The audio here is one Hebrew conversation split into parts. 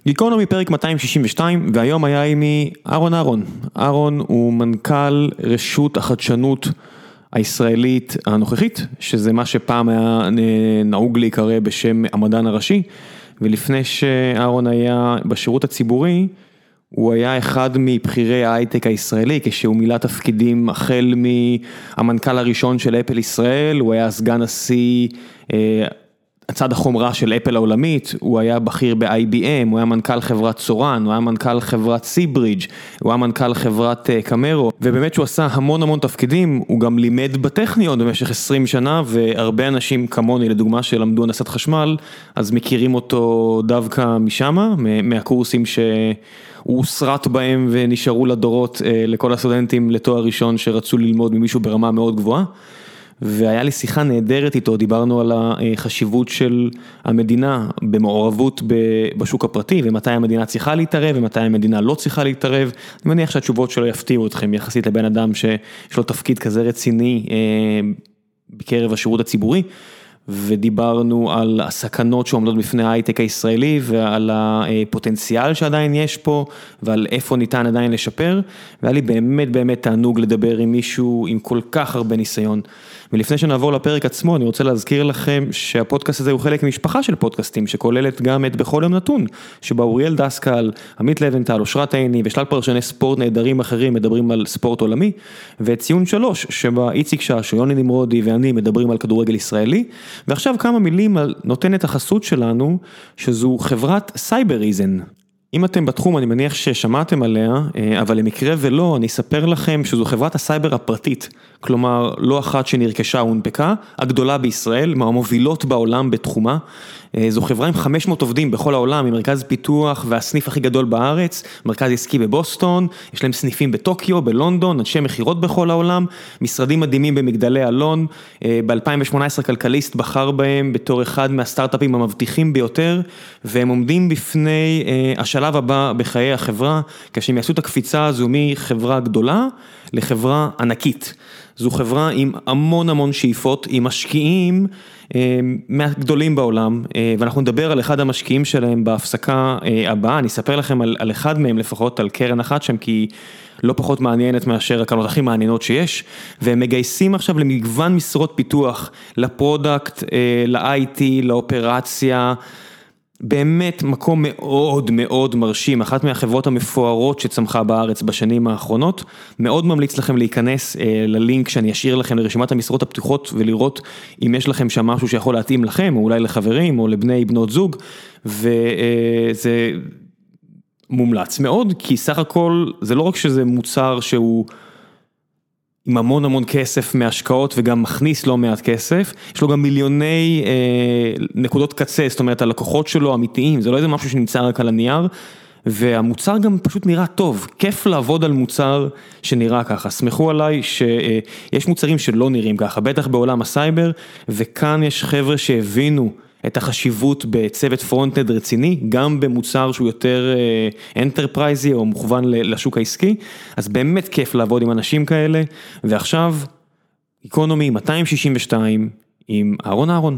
גיקונומי פרק 262, והיום היה עימי אהרון אהרון. אהרון הוא מנכ"ל רשות החדשנות הישראלית הנוכחית, שזה מה שפעם היה נהוג להיקרא בשם המדען הראשי, ולפני שאהרון היה בשירות הציבורי, הוא היה אחד מבחירי ההייטק הישראלי, כשהוא מילא תפקידים החל מהמנכ"ל הראשון של אפל ישראל, הוא היה סגן נשיא הצד החומרה של אפל העולמית, הוא היה בכיר ב-IBM, הוא היה מנכ"ל חברת סורן, הוא היה מנכ"ל חברת סיברידג', הוא היה מנכ"ל חברת קמרו, ובאמת שהוא עשה המון תפקידים, הוא גם לימד בטכניון במשך 20 שנה, והרבה אנשים כמוני, לדוגמה שלמדו הנדסת חשמל, אז מכירים אותו דווקא משם, מהקורסים שהוא סרט בהם ונשארו לדורות לכל הסטודנטים לתואר ראשון שרצו ללמוד ממישהו ברמה מאוד גבוהה. והיה לי שיחה נהדרת איתו, דיברנו על החשיבות של המדינה במעורבות בשוק הפרטי, ומתי המדינה צריכה להתערב, ומתי המדינה לא צריכה להתערב. אני מניח שהתשובות שלו יפתיעו אתכם, יחסית לבן אדם שיש לו תפקיד כזה רציני בקרב השירות הציבורי, ודיברנו על הסכנות שעומדות בפני ההייטק הישראלי, ועל הפוטנציאל שעדיין יש פה, ועל איפה ניתן עדיין לשפר, והיה לי באמת תענוג לדבר עם מישהו עם כל כך הרבה ניסיון. ולפני שנעבור לפרק עצמו, אני רוצה להזכיר לכם שהפודקאסט הזה הוא חלק ממשפחה של פודקאסטים, שכוללת גם את בכל יום נתון, שבה אוריאל דסקל, עמית לבנטל, אושרת עיני, ושלל פרשני ספורט נהדרים אחרים מדברים על ספורט עולמי, ואת ציון 3, שבה איציק שש, יוני נמרודי ואני מדברים על כדורגל ישראלי, ועכשיו כמה מילים על נותנת החסות שלנו, שזו חברת סייבריזן. אם אתם בתחום, אני מניח ששמעתם עליה, אבל למקרה ולא, אני אספר לכם שזו חברת הסייבר הפרטית, כלומר, לא אחת שנרכשה והונפקה, הגדולה בישראל, מהמובילות בעולם בתחומה, זו חברה עם 500 עובדים בכל העולם, עם מרכז פיתוח והסניף הכי גדול בארץ, מרכז עסקי בבוסטון, יש להם סניפים בטוקיו, בלונדון, אנשי מחירות בכל העולם, משרדים מדהימים במגדלי אלון, ב-2018 כלכליסט בחר בהם בתור אחד מהסטארט-אפים המבטיחים ביותר, והם עומדים בפני השלב הבא בחיי החברה, כשהם יעשו את הקפיצה הזו מחברה גדולה לחברה ענקית. זו חברה עם המון שאיפות, עם משקיעים מהגדולים בעולם, ואנחנו נדבר על אחד המשקיעים שלהם בהפסקה הבאה, אני אספר לכם על אחד מהם לפחות, על קרן אחת שם, כי היא לא פחות מעניינת מאשר הקרנות הכי מעניינות שיש, והם מגייסים עכשיו למגוון משרות פיתוח, לפרודקט, ל-IT, לאופרציה, באמת מקום מאוד מרשים, אחת מהחברות המפוארות שצמחה בארץ בשנים האחרונות, מאוד ממליץ לכם להיכנס ללינק שאני אשאיר לכם לרשימת המשרות הפתוחות, ולראות אם יש לכם שם משהו שיכול להתאים לכם, או אולי לחברים, או לבני בנות זוג, וזה מומלץ מאוד, כי סך הכל זה לא רק שזה מוצר שהוא עם המון כסף מהשקעות וגם מכניס לא מעט כסף, יש לו גם מיליוני נקודות קצה, זאת אומרת הלקוחות שלו אמיתיים, זה לא איזה משהו שנמצא רק על הנייר, והמוצר גם פשוט נראה טוב, כיף לעבוד על מוצר שנראה ככה, סמכו עליי שיש מוצרים שלא נראים ככה, בטח בעולם הסייבר, וכאן יש חבר'ה שהבינו את החשיבות בצוות פרונט-אנד רציני, גם במוצר שהוא יותר אנטרפרייזי או מוכוון לשוק העסקי, אז באמת כיף לעבוד עם אנשים כאלה, ועכשיו, גיקונומי 262 עם אהרון אהרון.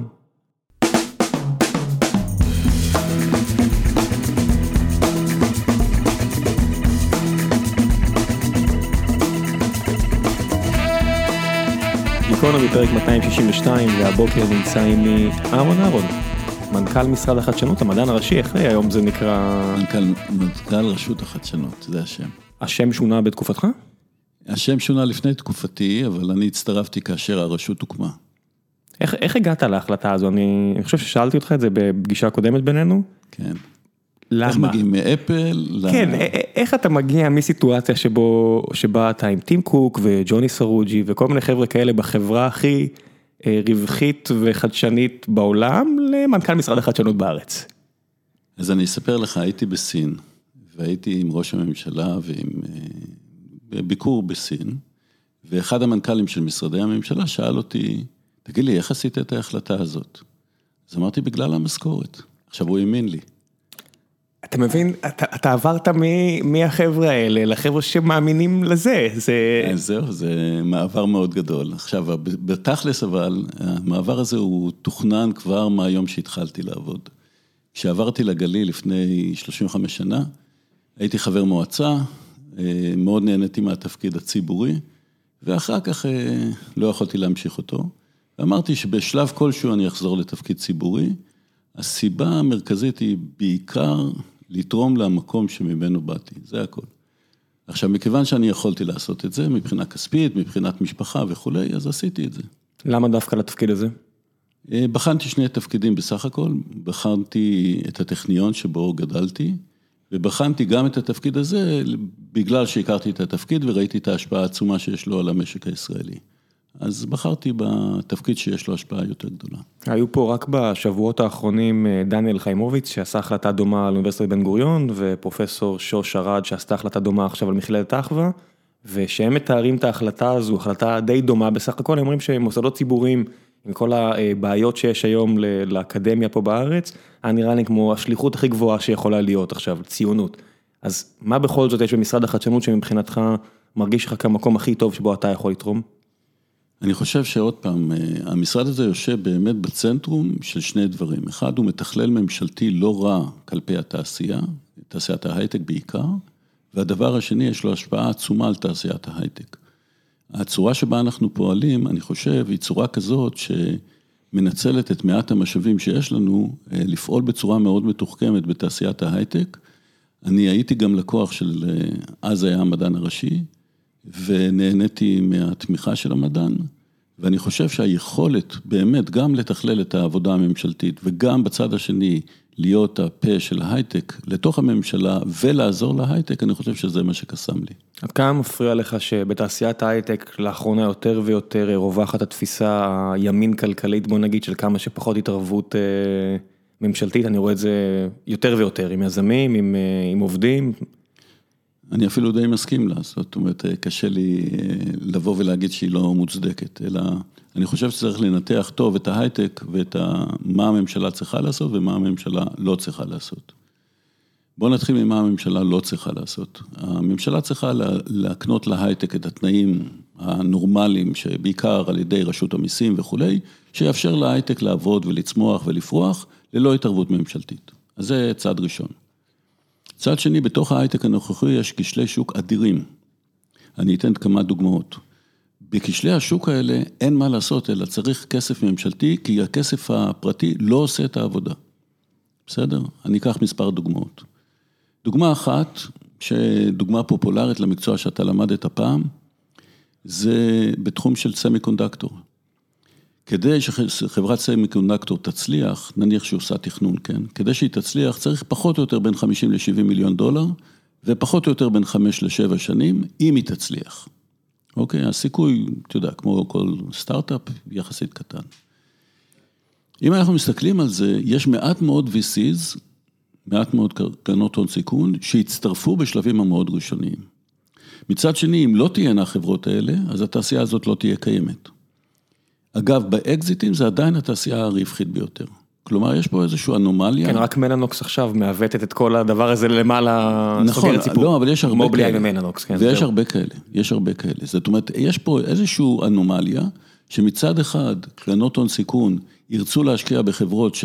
גיקונומי פרק 262, והבוקר נמצא עם אהרון אהרון, מנכ"ל משרד החדשנות, המדען הראשי, איך היום זה נקרא? מנכ"ל רשות החדשנות, זה השם. השם שונה בתקופתך? השם שונה לפני תקופתי, אבל אני הצטרפתי כאשר הרשות הוקמה. איך הגעת להחלטה הזו? אני חושב ששאלתי אותך את זה בפגישה הקודמת בינינו. כן. למה? איך מגיעים מאפל? כן, איך אתה מגיע מסיטואציה שבה אתה עם טים קוק וג'וני סרוג'י וכל מיני חבר'ה כאלה בחברה הכי רווחית וחדשנית בעולם, למנכ"ל משרד החדשנות בארץ? אז אני אספר לך, הייתי בסין, והייתי עם ראש הממשלה ועם ביקור בסין, ואחד המנכ"לים של משרדי הממשלה שאל אותי, תגיד לי, איך עשית את ההחלטה הזאת? אז אמרתי, בגלל המשכורת. עכשיו הוא האמין לי. אתה מבין, אתה עברת מהחבר'ה האלה לחבר'ה שמאמינים לזה. זהו, זה מעבר מאוד גדול. עכשיו, בתכלס אבל, המעבר הזה הוא תוכנן כבר מהיום שהתחלתי לעבוד. כשעברתי לגליל לפני 35 שנה, הייתי חבר מועצה, מאוד נהניתי מהתפקיד הציבורי, ואחר כך לא יכולתי להמשיך אותו. ואמרתי שבשלב כלשהו אני אחזור לתפקיד ציבורי. הסיבה המרכזית היא בעיקר לתרום למקום שממנו באתי, זה הכל. עכשיו, מכיוון שאני יכולתי לעשות את זה, מבחינה כספית, מבחינת משפחה וכולי, אז עשיתי את זה. למה דווקא לתפקיד הזה? בחנתי שני תפקידים בסך הכל, בחנתי את הטכניון שבו גדלתי, ובחנתי גם את התפקיד הזה, בגלל שהכרתי את התפקיד וראיתי את ההשפעה העצומה שיש לו על המשק הישראלי. אז בחרתי בתפקיד שיש לו השפעה יותר גדולה. היו פה רק בשבועות האחרונים דניאל חיימוביץ, שעשה החלטה דומה על אוניברסיטת בן גוריון, ופרופסור שוש ארד, שעשתה החלטה דומה עכשיו על מכללת אחווה, ושהם מתארים את ההחלטה הזו, החלטה די דומה בסך הכל, הם אומרים שמוסדות ציבוריים, עם כל הבעיות שיש היום לאקדמיה פה בארץ, נראה לי כמו השליחות הכי גבוהה שיכולה להיות עכשיו, ציונות. אז מה בכל זאת יש במשרד החדשנות שמבחינתך מרגיש לך כמקום הכי טוב שבו אתה יכול לתרום? אני חושב שעוד פעם, המשרד הזה יושב באמת בצנטרום של שני דברים. אחד, הוא מתכלל ממשלתי לא רע כלפי התעשייה, תעשיית ההייטק בעיקר, והדבר השני, יש לו השפעה עצומה על תעשיית ההייטק. הצורה שבה אנחנו פועלים, אני חושב, היא צורה כזאת שמנצלת את מעט המשאבים שיש לנו, לפעול בצורה מאוד מתוחכמת בתעשיית ההייטק. אני הייתי גם לקוח של, אז היה המדען הראשי, ונהניתי מהתמיכה של המדען, ואני חושב שהיכולת באמת גם לתכלל את העבודה הממשלתית, וגם בצד השני להיות הפה של ההייטק לתוך הממשלה, ולעזור להייטק, אני חושב שזה מה שקסם לי. עד כמה מפריע לך שבתעשיית ההייטק לאחרונה יותר ויותר רווחת התפיסה הימין כלכלית, בוא נגיד, של כמה שפחות התערבות ממשלתית, אני רואה את זה יותר ויותר, עם יזמים, עם עובדים. אני אפילו די מסכים לה, זאת אומרת, קשה לי לבוא ולהגיד שהיא לא מוצדקת, אלא אני חושב שצריך לנתח טוב את ההייטק ואת מה הממשלה צריכה לעשות ומה הממשלה לא צריכה לעשות. בואו נתחיל ממה הממשלה לא צריכה לעשות. הממשלה צריכה להקנות להייטק את התנאים הנורמליים, שבעיקר על ידי רשות המיסים וכולי, שיאפשר להייטק לעבוד ולצמוח ולפרוח ללא התערבות ממשלתית. אז זה צעד ראשון. צעד שני, בתוך ההייטק הנוכחי יש כשלי שוק אדירים. אני אתן כמה דוגמאות. בכשלי השוק האלה אין מה לעשות, אלא צריך כסף ממשלתי, כי הכסף הפרטי לא עושה את העבודה. בסדר? אני אקח מספר דוגמאות. דוגמה אחת, שדוגמה פופולרית למקצוע שאתה למדת הפעם, זה בתחום של סמיקונדקטור. כדי שחברת סמיקונדקטור תצליח, נניח שהיא עושה תכנון, כן? כדי שהיא תצליח, צריך פחות או יותר בין 50 ל-70 מיליון דולר, ופחות או יותר בין 5 ל-7 שנים, אם היא תצליח. אוקיי? הסיכוי, אתה יודע, כמו כל סטארט-אפ, יחסית קטן. אם אנחנו מסתכלים על זה, יש מעט מאוד VCs, מעט מאוד קרנות הון סיכון, שהצטרפו בשלבים המאוד ראשוניים. מצד שני, אם לא תהיינה החברות האלה, אז התעשייה הזאת לא תהיה קיימת. אגב, באקזיטים זה עדיין התעשייה הרווחית ביותר. כלומר, יש פה איזושהי אנומליה. כן, רק מלאנוקס עכשיו מעוותת את כל הדבר הזה למעלה, נכון, לא, אבל יש הרבה כאלה. כן, ויש הרבה כאלה, יש הרבה כאלה. זאת אומרת, יש פה איזושהי אנומליה, שמצד אחד, קרנות הון סיכון, ירצו להשקיע בחברות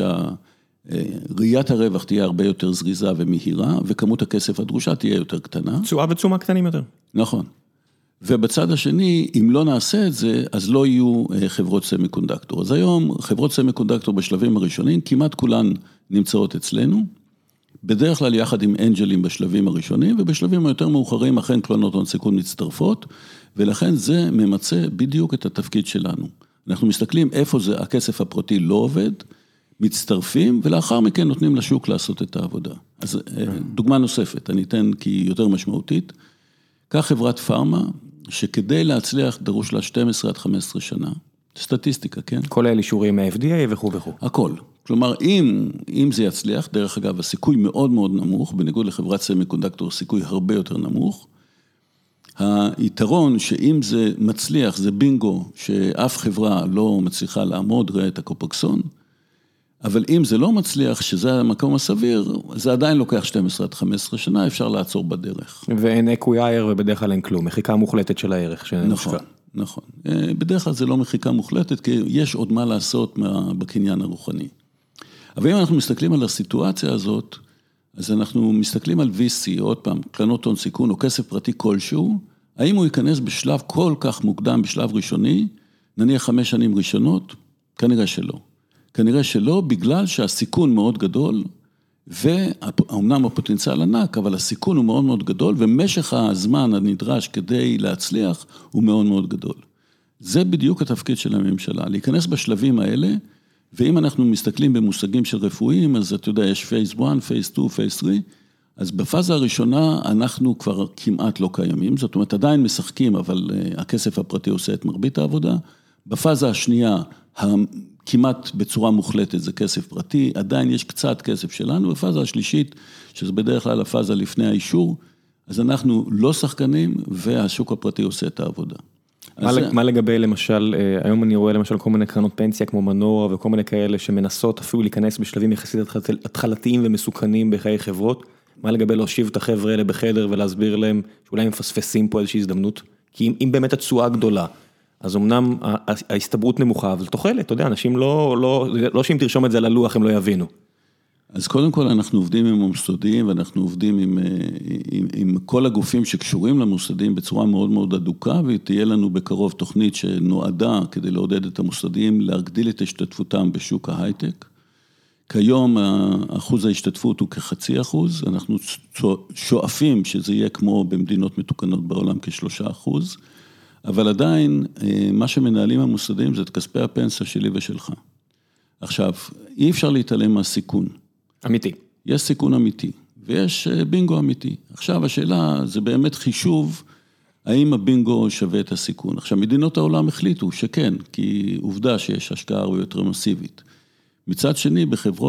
ראיית הרווח תהיה הרבה יותר זריזה ומהירה, וכמות הכסף הדרושה תהיה יותר קטנה. תשואה ותשומה קטנים יותר. נכון. ובצד השני, אם לא נעשה את זה, אז לא יהיו חברות סמיקונדקטור. אז היום, חברות סמיקונדקטור בשלבים הראשונים, כמעט כולן נמצאות אצלנו, בדרך כלל יחד עם אנג'לים בשלבים הראשונים, ובשלבים היותר מאוחרים, אכן קרנות הון סיכון מצטרפות, ולכן זה ממצא בדיוק את התפקיד שלנו. אנחנו מסתכלים איפה זה, הכסף הפרטי לא עובד, מצטרפים, ולאחר מכן נותנים לשוק לעשות את העבודה. אז דוגמה נוספת, אני אתן כי היא יותר משמעותית, כך חברת פארמה, שכדי להצליח דרוש לה 12 עד 15 שנה, סטטיסטיקה, כן? כולל אישורים מה-FDA וכו' וכו'. הכל. כלומר, אם זה יצליח, דרך אגב, הסיכוי מאוד מאוד נמוך, בניגוד לחברת סמיקונדקטור, סיכוי הרבה יותר נמוך, היתרון שאם זה מצליח, זה בינגו, שאף חברה לא מצליחה לעמוד, ראה את הקופקסון, אבל אם זה לא מצליח, שזה המקום הסביר, זה עדיין לוקח 12 עד 15 שנה, אפשר לעצור בדרך. ואין אקווייר ובדרך כלל אין כלום, מחיקה מוחלטת של הערך. נכון, נכון. בדרך כלל זה לא מחיקה מוחלטת, כי יש עוד מה לעשות בקניין הרוחני. אבל אם אנחנו מסתכלים על הסיטואציה הזאת, אז אנחנו מסתכלים על VC, עוד פעם, קרנות הון סיכון או כסף פרטי כלשהו, האם הוא ייכנס בשלב כל כך מוקדם, בשלב ראשוני, נניח 5 שנים ראשונות? כנראה שלא. כנראה שלא, בגלל שהסיכון מאוד גדול, ואומנם הפוטנציאל ענק, אבל הסיכון הוא מאוד מאוד גדול, ומשך הזמן הנדרש כדי להצליח הוא מאוד מאוד גדול. זה בדיוק התפקיד של הממשלה, להיכנס בשלבים האלה, ואם אנחנו מסתכלים במושגים של רפואיים, אז אתה יודע, יש פייס 1, פייס 2, פייס 3, אז בפאזה הראשונה אנחנו כבר כמעט לא קיימים, זאת אומרת עדיין משחקים, אבל הכסף הפרטי עושה את מרבית העבודה. בפאזה השנייה, כמעט בצורה מוחלטת זה כסף פרטי, עדיין יש קצת כסף שלנו, בפאזה השלישית, שזה בדרך כלל הפאזה לפני האישור, אז אנחנו לא שחקנים, והשוק הפרטי עושה את העבודה. מה לגבי למשל, היום אני רואה למשל כל מיני קרנות פנסיה כמו מנורה וכל מיני כאלה שמנסות אפילו להיכנס בשלבים יחסית התחלתיים ומסוכנים בחיי חברות, מה לגבי להושיב את החבר'ה האלה בחדר ולהסביר להם שאולי הם מפספסים פה איזושהי הזדמנות? כי אם באמת התשואה גדולה, אז אמנם ההסתברות נמוכה, אבל תוחלת, אתה יודע, אנשים לא שאם תרשום את זה על הלוח הם לא יבינו. אז קודם כל אנחנו עובדים עם המוסדיים, ואנחנו עובדים עם כל הגופים שקשורים למוסדיים בצורה מאוד מאוד אדוקה, ותהיה לנו בקרוב תוכנית שנועדה כדי לעודד את המוסדיים, להגדיל את השתתפותם בשוק ההייטק. כיום אחוז ההשתתפות הוא כ0.5%, אנחנו שואפים שזה יהיה כמו במדינות מתוקנות בעולם כ3%, אבל עדיין מה שמנהלים המוסדיים זה את כספי הפנסיה שלי ושלך. עכשיו, אי אפשר להתעלם מהסיכון. אמיתי. יש סיכון אמיתי, ויש בינגו אמיתי. עכשיו השאלה זה באמת חישוב, האם הבינגו שווה את הסיכון. עכשיו מדינות העולם החליטו שכן, כי עובדה שיש השקעה הרבה יותר מסיבית. מצד שני,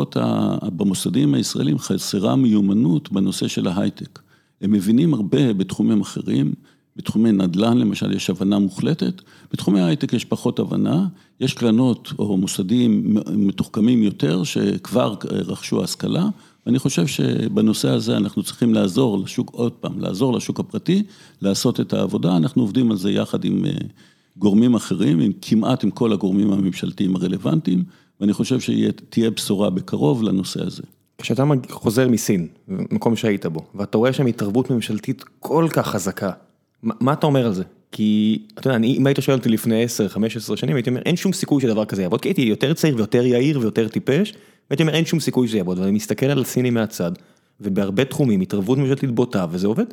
במוסדים הישראלים חסרה מיומנות בנושא של ההייטק. הם מבינים הרבה בתחומים אחרים, בתחומי נדל"ן למשל יש הבנה מוחלטת, בתחומי ההייטק יש פחות הבנה, יש קרנות או מוסדים מתוחכמים יותר שכבר רכשו השכלה, ואני חושב שבנושא הזה אנחנו צריכים לעזור לשוק, עוד פעם, לעזור לשוק הפרטי, לעשות את העבודה, אנחנו עובדים על זה יחד עם גורמים אחרים, כמעט עם כל הגורמים הממשלתיים הרלוונטיים, ואני חושב שתהיה בשורה בקרוב לנושא הזה. כשאתה חוזר מסין, מקום שהיית בו, ואתה רואה שם התערבות ממשלתית כל כך חזקה, מה אתה אומר על זה? כי, אתה יודע, אם היית שואל אותי לפני 10-15 שנים, הייתי אומר, אין שום סיכוי שדבר כזה יעבוד, כי הייתי יותר צעיר ויותר יעיר ויותר טיפש, והייתי אומר, אין שום סיכוי שזה יעבוד, ואני מסתכל על הסינים מהצד, ובהרבה תחומים, התערבות ממשלתית בוטה, וזה עובד?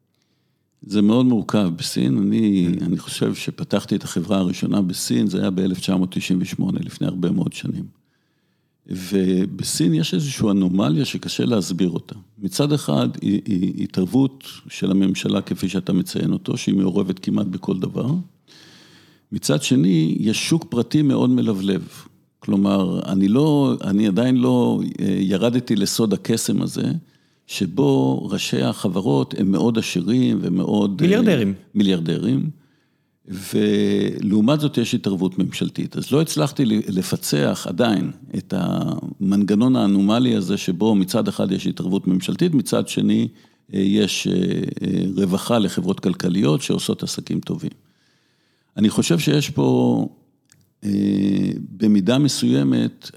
זה מאוד מורכב בסין, אני חושב שפתחתי את החברה הראשונה בסין, זה היה ב-1998, לפני הרבה מאוד שנים. ובסין יש איזושהי אנומליה שקשה להסביר אותה. מצד אחד היא התערבות של הממשלה כפי שאתה מציין אותו, שהיא מעורבת כמעט בכל דבר. מצד שני, יש שוק פרטי מאוד מלבלב. כלומר, אני עדיין לא ירדתי לסוד הקסם הזה, שבו ראשי החברות הם מאוד עשירים ומאוד... מיליארדרים. ולעומת זאת יש התערבות ממשלתית. אז לא הצלחתי לפצח עדיין את המנגנון האנומלי הזה, שבו מצד אחד יש התערבות ממשלתית, מצד שני יש רווחה לחברות כלכליות שעושות עסקים טובים. אני חושב שיש פה במידה מסוימת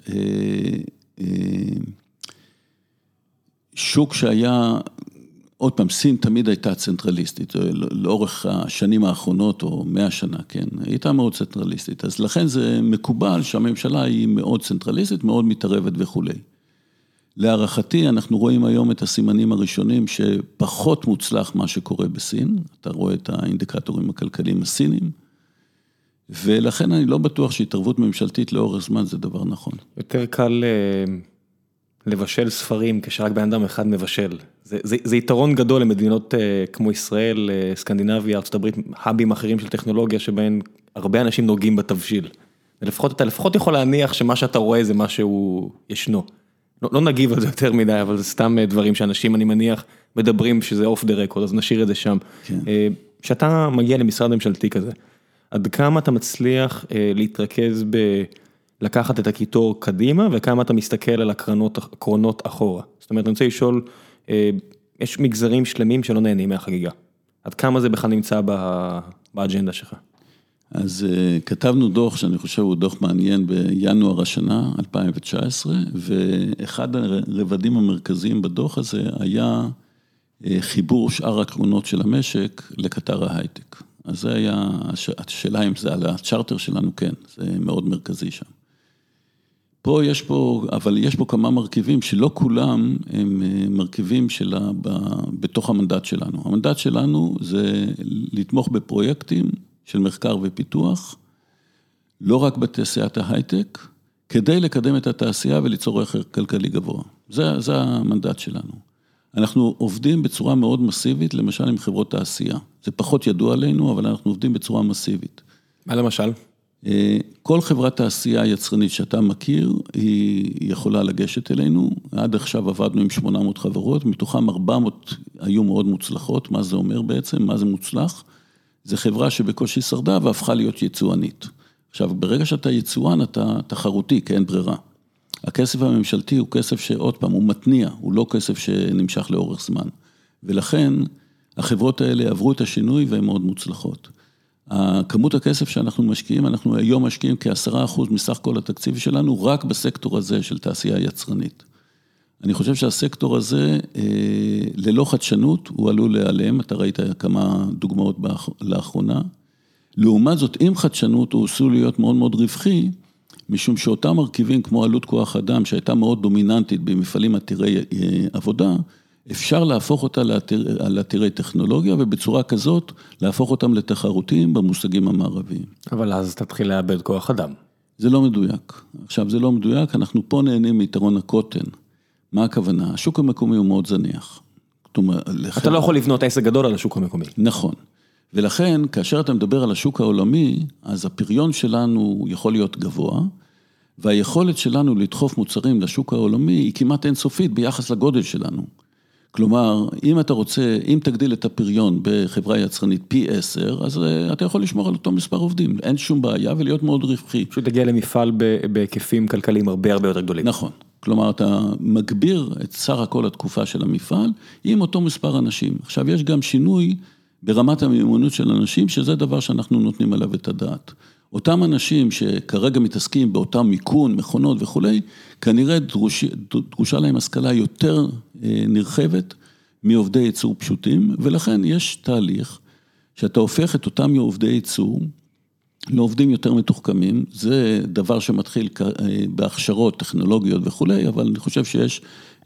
שוק שהיה... עוד פעם, סין תמיד הייתה צנטרליסטית, לאורך השנים האחרונות, או 100 שנה, כן, הייתה מאוד צנטרליסטית, אז לכן זה מקובל שהממשלה היא מאוד צנטרליסטית, מאוד מתערבת וכו'. להערכתי, אנחנו רואים היום את הסימנים הראשונים, שפחות מוצלח מה שקורה בסין, אתה רואה את האינדיקטורים הכלכליים הסינים, ולכן אני לא בטוח שהתערבות ממשלתית לאורך זמן זה דבר נכון. יותר קל... לבשל ספרים כשרק בן אדם אחד מבשל. זה יתרון גדול למדינות כמו ישראל, סקנדינביה, ארצות הברית, האבים אחרים של טכנולוגיה, שבהן הרבה אנשים נוגעים בתבשיל. אתה לפחות יכול להניח שמה שאתה רואה זה מה שהוא ישנו. לא נגיב על זה יותר מדי, אבל זה סתם דברים שאנשים, אני מניח, מדברים שזה off the record, אז נשאיר את זה שם. כשאתה מגיע למשרד ממשלתי כזה, עד כמה אתה מצליח להתרכז לקחת את הקיטור קדימה, וכמה אתה מסתכל על הקרונות אחורה. זאת אומרת, אני רוצה לשאול, יש מגזרים שלמים שלא נהנים מהחגיגה. עד כמה זה בכלל נמצא באג'נדה שלך? אז כתבנו דוח, שאני חושב הוא דוח מעניין בינואר השנה, 2019, ואחד הרבדים המרכזיים בדוח הזה היה חיבור שאר הקרונות של המשק לקטר ההייטק. אז זה היה, השאלה אם זה על הצ'רטר שלנו, כן, זה מאוד מרכזי שם. אבל יש פה כמה מרכיבים שלא כולם הם מרכיבים בתוך המנדט שלנו. המנדט שלנו זה לתמוך בפרויקטים של מחקר ופיתוח, לא רק בתעשיית ההייטק, כדי לקדם את התעשייה וליצור ערך כלכלי גבוה. זה המנדט שלנו. אנחנו עובדים בצורה מאוד מסיבית, למשל עם חברות תעשייה. זה פחות ידוע עלינו, אבל אנחנו עובדים בצורה מסיבית. מה למשל? כל חברת תעשייה יצרנית שאתה מכיר, היא יכולה לגשת אלינו. עד עכשיו עבדנו עם 800 חברות, מתוכם 400 היו מאוד מוצלחות. מה זה אומר בעצם? מה זה מוצלח? זה חברה שבקושי שרדה והפכה להיות יצואנית. עכשיו, ברגע שאתה יצואן, אתה תחרותי, כי אין ברירה. הכסף הממשלתי הוא כסף שעוד פעם, הוא מתניע, הוא לא כסף שנמשך לאורך זמן. ולכן, החברות האלה עברו את השינוי והן מאוד מוצלחות. כמות הכסף שאנחנו משקיעים, אנחנו היום משקיעים כ10% מסך כל התקציב שלנו, רק בסקטור הזה של תעשייה יצרנית. אני חושב שהסקטור הזה, ללא חדשנות, הוא עלול להיעלם, אתה ראית כמה דוגמאות לאחרונה. לעומת זאת, עם חדשנות, הוא עשוי להיות מאוד מאוד רווחי, משום שאותם מרכיבים כמו עלות כוח אדם, שהייתה מאוד דומיננטית במפעלים עתירי עבודה, אפשר להפוך אותה לעתירי טכנולוגיה, ובצורה כזאת להפוך אותם לתחרותיים במושגים המערביים. אבל אז תתחיל לאבד כוח אדם. זה לא מדויק. עכשיו, זה לא מדויק, אנחנו פה נהנים מיתרון הקוטן. מה הכוונה? השוק המקומי הוא מאוד זניח. אתה לא יכול לבנות עסק גדול על השוק המקומי. נכון. ולכן, כאשר אתה מדבר על השוק העולמי, אז הפריון שלנו יכול להיות גבוה, והיכולת שלנו לדחוף מוצרים לשוק העולמי היא כמעט אינסופית ביחס לגודל שלנו. כלומר, אם אתה רוצה, אם תגדיל את הפריון בחברה יצרנית פי 10, אז אתה יכול לשמור על אותו מספר עובדים. אין שום בעיה ולהיות מאוד רווחי. פשוט תגיע למפעל בהיקפים כלכליים הרבה יותר גדולים. נכון. כלומר, אתה מגביר את סך הכל התקופה של המפעל עם אותו מספר אנשים. עכשיו, יש גם שינוי ברמת המיומנות של אנשים, שזה דבר שאנחנו נותנים עליו את הדעת. אותם אנשים שכרגע מתעסקים באותם מיכון, מכונות וכולי, כנראה דרושה להם השכלה יותר נרחבת מעובדי ייצור פשוטים, ולכן יש תהליך שאתה הופך את אותם עובדי ייצור לעובדים יותר מתוחכמים, זה דבר שמתחיל בהכשרות טכנולוגיות וכולי, אבל אני חושב שיש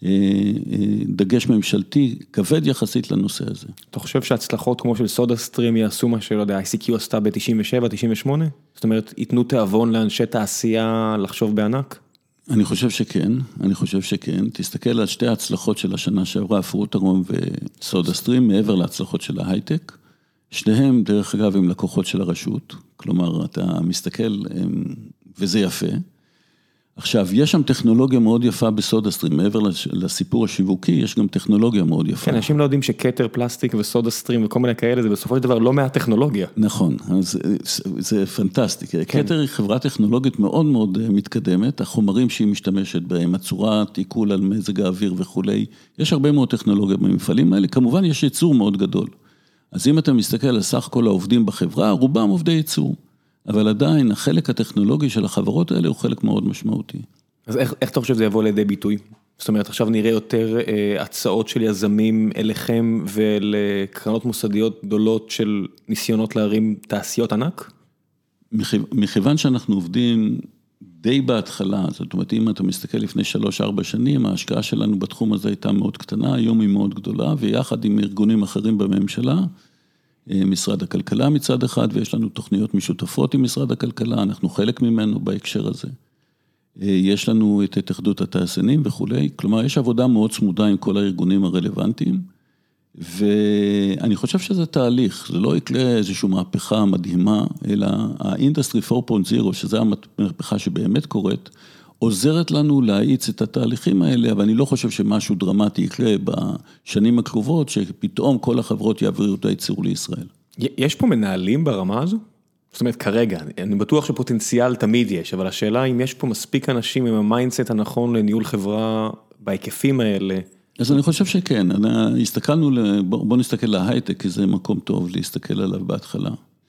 דגש ממשלתי כבד יחסית לנושא הזה. אתה חושב שהצלחות כמו של סודה סטרים יעשו מה שלא יודע, ICQ עשתה ב-97, 98? זאת אומרת, ייתנו תיאבון לאנשי תעשייה לחשוב בענק? אני חושב שכן. תסתכל על שתי ההצלחות של השנה שעברה, פרוטרום וסודה סטרים, מעבר להצלחות של ההייטק. שניהם, דרך אגב, הם לקוחות של הרשות. כלומר, אתה מסתכל, וזה יפה. עכשיו, יש שם טכנולוגיה מאוד יפה בסודה סטרים, מעבר לסיפור השיווקי, יש גם טכנולוגיה מאוד יפה. כן, אנשים לא יודעים שכתר פלסטיק וסודה סטרים וכל מיני כאלה, זה בסופו של דבר לא מהטכנולוגיה. נכון, אז זה פנטסטי. כתר היא חברה טכנולוגית מאוד מאוד מתקדמת, החומרים שהיא משתמשת בהם, הצורת, עיכול על מזג האוויר וכולי, יש הרבה מאוד טכנולוגיה במפעלים האלה, כמובן יש ייצור מאוד גדול. אז אם אתה מסתכל על סך כל העובדים בחברה, רובם עובדי ייצור. אבל עדיין החלק הטכנולוגי של החברות האלה הוא חלק מאוד משמעותי. אז איך אתה חושב שזה יבוא לידי ביטוי? זאת אומרת, עכשיו נראה יותר הצעות של יזמים אליכם ולקרנות מוסדיות גדולות של ניסיונות להרים תעשיות ענק? מכיוון שאנחנו עובדים די בהתחלה, זאת אומרת, אם אתה מסתכל לפני 3-4 שנים, ההשקעה שלנו בתחום הזה הייתה מאוד קטנה, היום היא מאוד גדולה, ויחד עם ארגונים אחרים בממשלה, משרד הכלכלה מצד אחד, ויש לנו תוכניות משותפות עם משרד הכלכלה, אנחנו חלק ממנו בהקשר הזה. יש לנו את התאחדות התעשיינים וכולי, כלומר, יש עבודה מאוד צמודה עם כל הארגונים הרלוונטיים, ואני חושב שזה תהליך, זה לא יקרה איזושהי מהפכה מדהימה, אלא האינדסטרי 4.0, שזה המהפכה שבאמת קורית, עוזרת לנו להאיץ את התהליכים האלה, אבל אני לא חושב שמשהו דרמטי יקרה בשנים הקרובות, שפתאום כל החברות יעבירו את הייצור לישראל. יש פה מנהלים ברמה הזו? זאת אומרת, כרגע, אני בטוח שפוטנציאל תמיד יש, אבל השאלה אם יש פה מספיק אנשים עם המיינדסט הנכון לניהול חברה בהיקפים האלה. אז אני חושב שכן, בוא נסתכל להייטק, כי זה מקום טוב להסתכל עליו בהתחלה.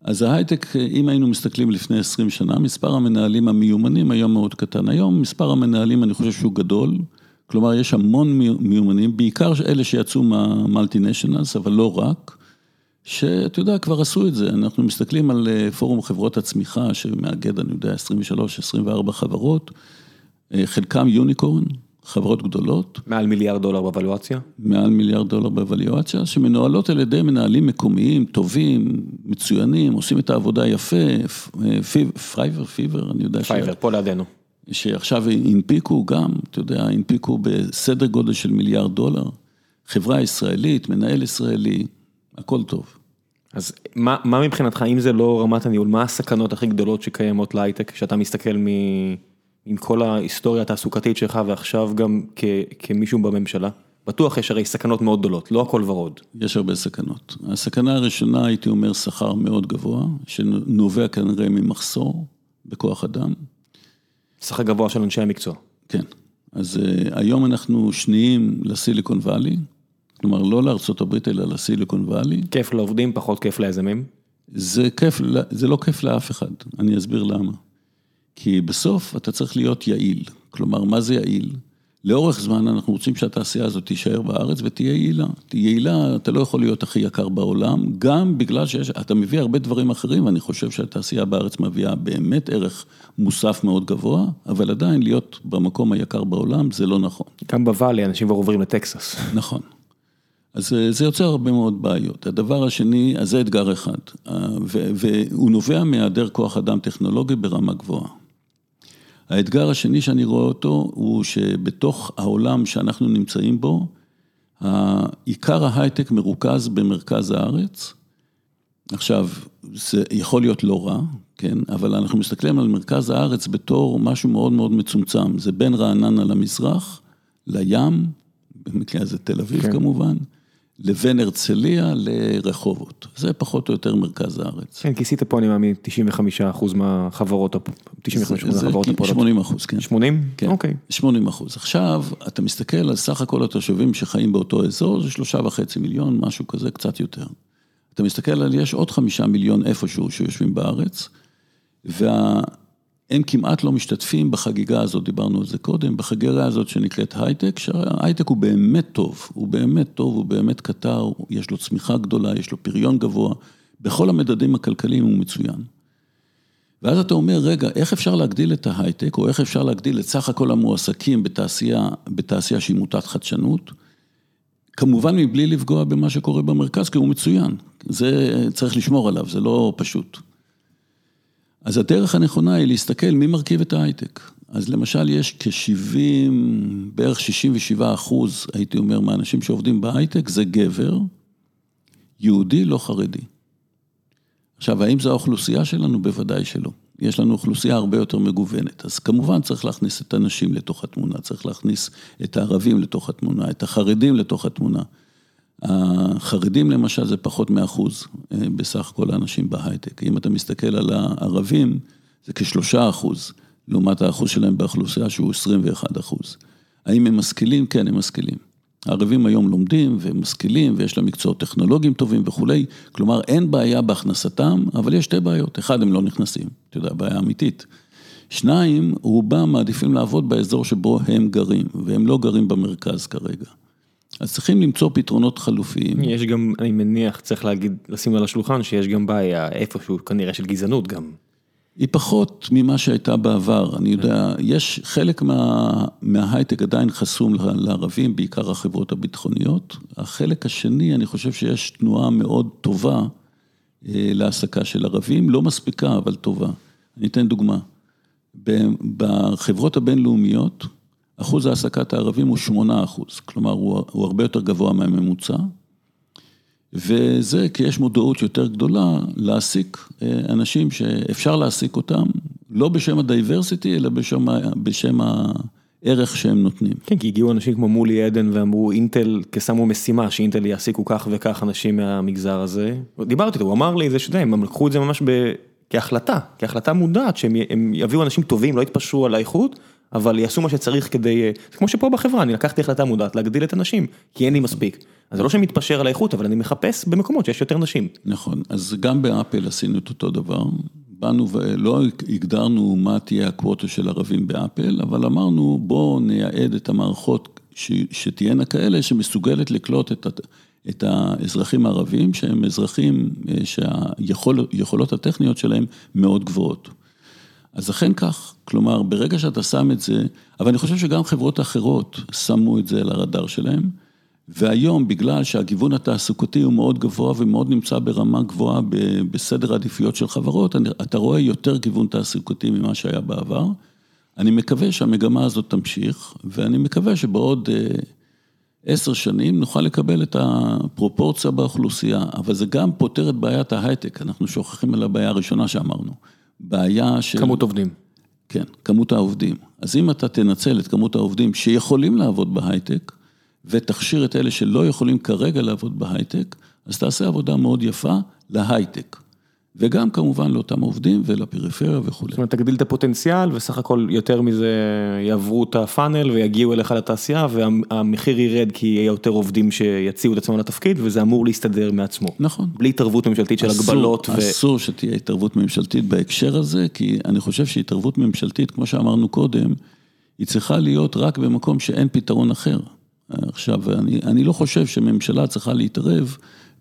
אז ההייטק, אם היינו מסתכלים לפני 20 שנה, מספר המנהלים המיומנים היום מאוד קטן. היום מספר המנהלים אני חושב שהוא גדול, כלומר יש המון מיומנים, בעיקר אלה שיצאו מהמולטינשיונלס, אבל לא רק, שאתה יודע, כבר עשו את זה. אנחנו מסתכלים על פורום חברות הצמיחה, שמאגד, אני יודע, 23-24 חברות, חלקם יוניקורן, חברות גדולות. מעל $1 מיליארד בוולואציה? מעל $1 מיליארד בוולואציה, שמנוהלות על ידי מנהלים מקומיים, טובים, מצוינים, עושים את העבודה יפה, פיבר, אני יודע פייבר, פה לידינו. שעכשיו הנפיקו גם, אתה יודע, הנפיקו בסדר גודל של $1 מיליארד, חברה ישראלית, מנהל ישראלי, הכל טוב. אז מה מבחינתך, אם זה לא רמת הניהול, מה הסכנות הכי גדולות שקיימות להייטק, שאתה מסתכל עם כל ההיסטוריה התעסוקתית שלך, ועכשיו גם כמישהו בממשלה? בטוח יש הרי סכנות מאוד גדולות, לא הכל ורוד. יש הרבה סכנות. הסכנה הראשונה, הייתי אומר, שכר מאוד גבוה, שנובע כנראה ממחסור בכוח אדם. שכר גבוה של אנשי המקצוע. כן. אז היום אנחנו שניים לסיליקון ואלי, כלומר לא לארצות הברית אלא לסיליקון ואלי. כיף לעובדים, פחות כיף ליזמים? זה לא כיף לאף אחד, אני אסביר למה. כי בסוף אתה צריך להיות יעיל, כלומר מה זה יעיל? לאורך זמן אנחנו רוצים שהתעשייה הזאת תישאר בארץ ותהיה יעילה. יעילה, אתה לא יכול להיות הכי יקר בעולם, גם בגלל שאתה מביא הרבה דברים אחרים, ואני חושב שהתעשייה בארץ מביאה באמת ערך מוסף מאוד גבוה, אבל עדיין להיות במקום היקר בעולם זה לא נכון. גם בוואלי, אנשים כבר עוברים לטקסס. נכון. אז זה יוצר הרבה מאוד בעיות. הדבר השני, אז זה אתגר אחד, והוא נובע מהיעדר כוח אדם טכנולוגי ברמה גבוהה. האתגר השני שאני רואה אותו, הוא שבתוך העולם שאנחנו נמצאים בו, עיקר ההייטק מרוכז במרכז הארץ. עכשיו, זה יכול להיות לא רע, כן? אבל אנחנו מסתכלים על מרכז הארץ בתור משהו מאוד מאוד מצומצם. זה בין רעננה למזרח, לים, במקרה הזה תל אביב כן. כמובן, לבין הרצליה לרחובות. זה פחות או יותר מרכז הארץ. כן, כיסית פה אני מאמין 95% מהחברות, 95% מהחברות הפועלות. 80%, כן. 80? כן, אוקיי. 80%. עכשיו, אתה מסתכל על סך הכל התושבים שחיים באותו אזור, זה 3.5 מיליון, משהו כזה, קצת יותר. אתה מסתכל על, יש עוד 5 מיליון איפשהו שיושבים בארץ, הם כמעט לא משתתפים בחגיגה הזאת, דיברנו על זה קודם, בחגיגה הזאת שנקראת הייטק, שההייטק הוא באמת טוב, הוא באמת טוב, הוא באמת קטר, יש לו צמיחה גדולה, יש לו פריון גבוה, בכל המדדים הכלכליים הוא מצוין. ואז אתה אומר, רגע, איך אפשר להגדיל את ההייטק, או איך אפשר להגדיל את סך הכל המועסקים בתעשייה שהיא מוטת חדשנות, כמובן מבלי לפגוע במה שקורה במרכז, כי הוא מצוין. זה צריך לשמור עליו, זה לא פשוט. אז הדרך הנכונה היא להסתכל מי מרכיב את ההייטק. אז למשל יש בערך 67%, הייתי אומר, מהאנשים שעובדים בהייטק, זה גבר, יהודי, לא חרדי. עכשיו, האם זו האוכלוסייה שלנו? בוודאי שלא. יש לנו אוכלוסייה הרבה יותר מגוונת. אז כמובן צריך להכניס את הנשים לתוך התמונה, צריך להכניס את הערבים לתוך התמונה, את החרדים לתוך התמונה. החרדים למשל זה פחות מ1% בסך כל האנשים בהייטק. אם אתה מסתכל על הערבים, זה כ3%, לעומת האחוז שלהם באוכלוסייה שהוא 21%. האם הם משכילים? כן, הם משכילים. הערבים היום לומדים והם משכילים ויש להם מקצועות טכנולוגיים טובים וכולי. כלומר, אין בעיה בהכנסתם, אבל יש 2 בעיות. 1, הם לא נכנסים. אתה יודע, בעיה אמיתית. 2, רובם מעדיפים לעבוד באזור שבו הם גרים, והם לא גרים במרכז כרגע. אז צריכים למצוא פתרונות חלופיים. יש גם, אני מניח, צריך לשים על השולחן, שיש גם בעיה איפשהו כנראה של גזענות גם. היא פחות ממה שהייתה בעבר. אני יודע, יש חלק מההייטק עדיין חסום לערבים, בעיקר החברות הביטחוניות. החלק השני, אני חושב שיש תנועה מאוד טובה להעסקה של ערבים, לא מספיקה, אבל טובה. אני אתן דוגמה. בחברות הבינלאומיות, אחוז העסקת הערבים הוא 8%, כלומר הוא הרבה יותר גבוה מהממוצע, וזה כי יש מודעות יותר גדולה להעסיק אנשים שאפשר להעסיק אותם, לא בשם הדייברסיטי, אלא בשם הערך שהם נותנים. כן, כי הגיעו אנשים כמו מולי עדן ואמרו, אינטל כשמו משימה, שאינטל יעסיקו כך וכך אנשים מהמגזר הזה. דיברתי איתו, הוא אמר לי, זה שדיים, הם לקחו את זה ממש כהחלטה מודעת, שהם יביאו אנשים טובים, לא יתפשרו על האיכות, אבל יעשו מה שצריך כדי, זה כמו שפה בחברה, אני לקחתי החלטה מודעת להגדיל את הנשים, כי אין לי מספיק. אז זה לא שמתפשר על האיכות, אבל אני מחפש במקומות שיש יותר נשים. נכון, אז גם באפל עשינו את אותו דבר, באנו ולא הגדרנו מה תהיה הקווטה של ערבים באפל, אבל אמרנו בואו נייעד את המערכות שתהיינה כאלה, שמסוגלת לקלוט את האזרחים הערבים, שהם אזרחים שהיכולות הטכניות שלהם מאוד גבוהות. אז אכן כך, כלומר, ברגע שאתה שם את זה, אבל אני חושב שגם חברות אחרות שמו את זה על הרדאר שלהם, והיום, בגלל שהגיוון התעסוקתי הוא מאוד גבוה ומאוד נמצא ברמה גבוהה בסדר העדיפויות של חברות, אתה רואה יותר גיוון תעסוקתי ממה שהיה בעבר. אני מקווה שהמגמה הזאת תמשיך, ואני מקווה שבעוד 10 שנים נוכל לקבל את הפרופורציה באוכלוסייה, אבל זה גם פותר את בעיית ההייטק, אנחנו שוכחים על הבעיה הראשונה שאמרנו. בעיה של... כמות עובדים. כן, כמות העובדים. אז אם אתה תנצל את כמות העובדים שיכולים לעבוד בהייטק, ותכשיר את אלה שלא יכולים כרגע לעבוד בהייטק, אז תעשה עבודה מאוד יפה להייטק. וגם כמובן לאותם עובדים ולפריפריה וכו'. זאת אומרת, תגדיל את הפוטנציאל, וסך הכל יותר מזה יעברו את הפאנל, ויגיעו אליך לתעשייה, והמחיר ירד כי יהיה יותר עובדים שיציעו את עצמם לתפקיד, וזה אמור להסתדר מעצמו. נכון. בלי התערבות ממשלתית של הגבלות. אסור שתהיה התערבות ממשלתית בהקשר הזה, כי אני חושב שהתערבות ממשלתית, כמו שאמרנו קודם, היא צריכה להיות רק במקום שאין פתרון אחר. עכשיו, אני לא חושב שממשלה צריכה להתערב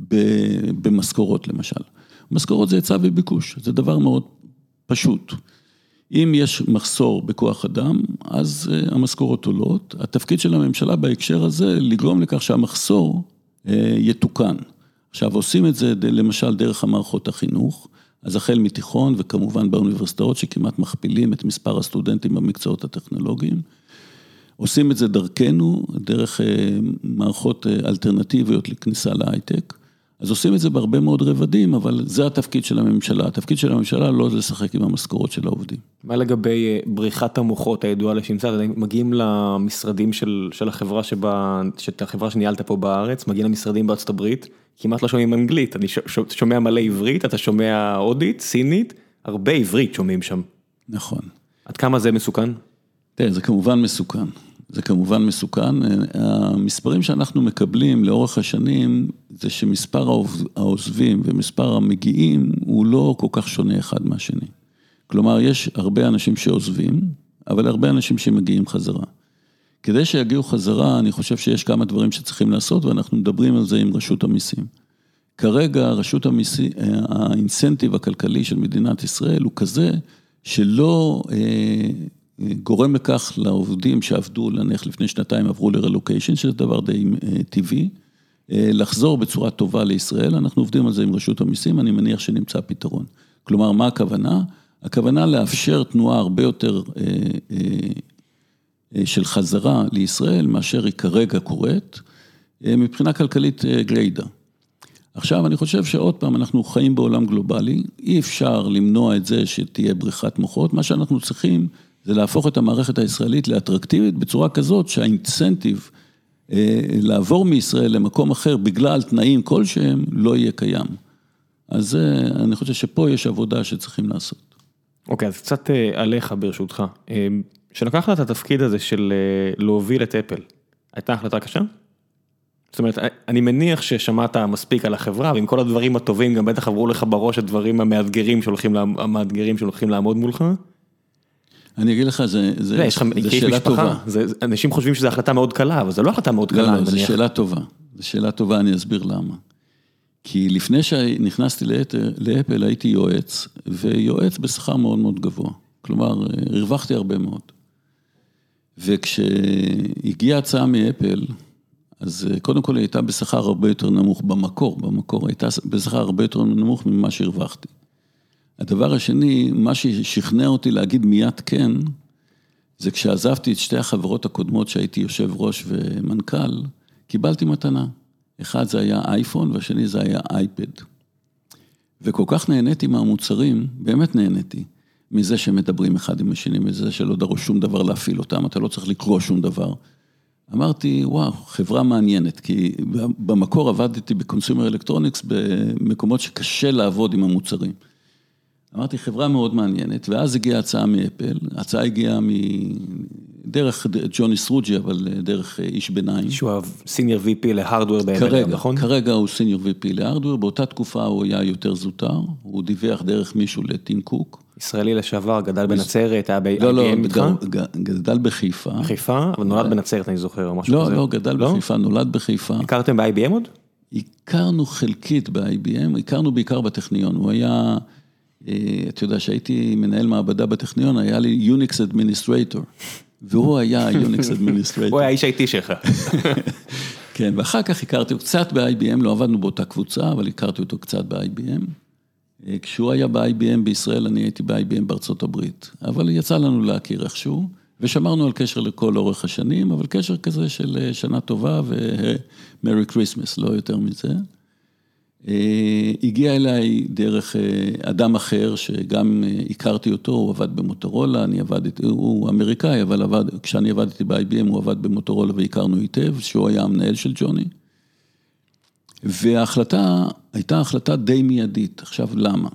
במשכורות למשל. משכורות זה היצע וביקוש, זה דבר מאוד פשוט. אם יש מחסור בכוח אדם, אז המשכורות עולות. התפקיד של הממשלה בהקשר הזה, לגרום לכך שהמחסור יתוקן. עכשיו, עושים את זה למשל דרך המערכות החינוך, אז החל מתיכון וכמובן באוניברסיטאות שכמעט מכפילים את מספר הסטודנטים במקצועות הטכנולוגיים. עושים את זה דרכנו, דרך מערכות אלטרנטיביות לכניסה להייטק. אז עושים את זה בהרבה מאוד רבדים, אבל זה התפקיד של הממשלה. התפקיד של הממשלה לא לשחק עם המשכורות של העובדים. מה לגבי בריחת המוחות הידועה לשמצה? מגיעים למשרדים של החברה שניהלת פה בארץ, מגיעים למשרדים בארצות הברית, כמעט לא שומעים אנגלית. אני שומע מלא עברית, אתה שומע הודית, סינית, הרבה עברית שומעים שם. נכון. עד כמה זה מסוכן? תראה, זה כמובן מסוכן. זה כמובן מסוכן. המספרים שאנחנו מקבלים לאורך השנים, זה שמספר העוזבים ומספר המגיעים, הוא לא כל כך שונה אחד מהשני. כלומר, יש הרבה אנשים שעוזבים, אבל הרבה אנשים שמגיעים חזרה. כדי שיגיעו חזרה, אני חושב שיש כמה דברים שצריכים לעשות, ואנחנו מדברים על זה עם רשות המיסים. כרגע, רשות המיסים, האינסנטיב הכלכלי של מדינת ישראל הוא כזה, שלא גורם לכך לעובדים שעבדו לנך לפני שנתיים עברו לרלוקיישן, שזה דבר די טבעי, לחזור בצורה טובה לישראל, אנחנו עובדים על זה עם רשות המיסים, אני מניח שנמצא פתרון. כלומר, מה הכוונה? הכוונה לאפשר תנועה הרבה יותר של חזרה לישראל, מאשר היא כרגע קורית, מבחינה כלכלית גרידה. עכשיו, אני חושב שעוד פעם, אנחנו חיים בעולם גלובלי, אי אפשר למנוע את זה שתהיה בריחת מוחות, מה שאנחנו צריכים זה להפוך את המערכת הישראלית לאטרקטיבית בצורה כזאת שהאינסנטיב לעבור מישראל למקום אחר בגלל תנאים כלשהם לא יהיה קיים. אז אני חושב שפה יש עבודה שצריכים לעשות. אוקיי, אז קצת עליך ברשותך. שלקחת את התפקיד הזה של להוביל את אפל, הייתה החלטה קשה? זאת אומרת, אני מניח ששמעת מספיק על החברה, ועם כל הדברים הטובים גם בטח עברו לך בראש הדברים המאתגרים שהולכים לעמוד מולך. אני אגיד לך, זה שאלה טובה. אנשים חושבים שזו החלטה מאוד קלה, אבל זו לא החלטה מאוד קלה. לא, זו שאלה טובה. זו שאלה טובה, אני אסביר למה. כי לפני שנכנסתי לאפל, הייתי יועץ, ויועץ בשכר מאוד מאוד גבוה. כלומר, הרווחתי הרבה מאוד. וכשהגיעה הצעה מאפל, אז קודם כל הייתה בשכר הרבה יותר נמוך במקור הייתה בשכר הרבה יותר נמוך ממה שהרווחתי. הדבר השני, מה ששכנע אותי להגיד מיד כן, זה כשעזבתי את שתי החברות הקודמות שהייתי יושב ראש ומנכ"ל, קיבלתי מתנה. אחד זה היה אייפון והשני זה היה אייפד. וכל כך נהניתי מהמוצרים, באמת נהניתי, מזה שמדברים אחד עם השני, מזה שלא דרוש שום דבר להפעיל אותם, אתה לא צריך לקרוא שום דבר. אמרתי, וואו, חברה מעניינת, כי במקור עבדתי בקונסיומר אלקטרוניקס, במקומות שקשה לעבוד עם המוצרים. אמרתי, חברה מאוד מעניינת, ואז הגיעה הצעה מאפל, ההצעה הגיעה דרך ג'וני סרוג'י, אבל דרך איש ביניים. שהוא סיניור VP להארדוור באפל, נכון? כרגע הוא סיניור VP להארדוור, באותה תקופה הוא היה יותר זוטר, הוא דיווח דרך מישהו לטים קוק. ישראלי לשעבר, גדל בנצרת, היה ב-IBM איתך? לא, גדל בחיפה. בחיפה, אבל נולד בנצרת, אני זוכר, או משהו כזה. לא, גדל בחיפה, נולד בחיפה. הכרתם ב-IBM עוד? הכרנו חלקית ב-IBM, הכרנו בעיקר בטכניון, הוא היה, אתה יודע, שהייתי מנהל מעבדה בטכניון, היה לי יוניקס אדמיניסטרייטור, והוא היה יוניקס אדמיניסטרייטור. הוא היה איש IT שלך. כן, ואחר כך הכרתי אותו קצת ב-IBM, לא עבדנו באותה קבוצה, אבל הכרתי אותו קצת ב-IBM. כשהוא היה ב-IBM בישראל, אני הייתי ב-IBM בארצות הברית, אבל יצא לנו להכיר איכשהו, ושמרנו על קשר לכל אורך השנים, אבל קשר כזה של שנה טובה ומרי קריסמס, לא יותר מזה. הגיע אליי דרך אדם אחר, שגם הכרתי אותו, הוא עבד במוטורולה, הוא אמריקאי, אבל כשאני עבדתי ב-IBM, הוא עבד במוטורולה והכרנו היטב, שהוא היה המנהל של ג'וני. וההחלטה הייתה החלטה די מיידית. עכשיו, למה?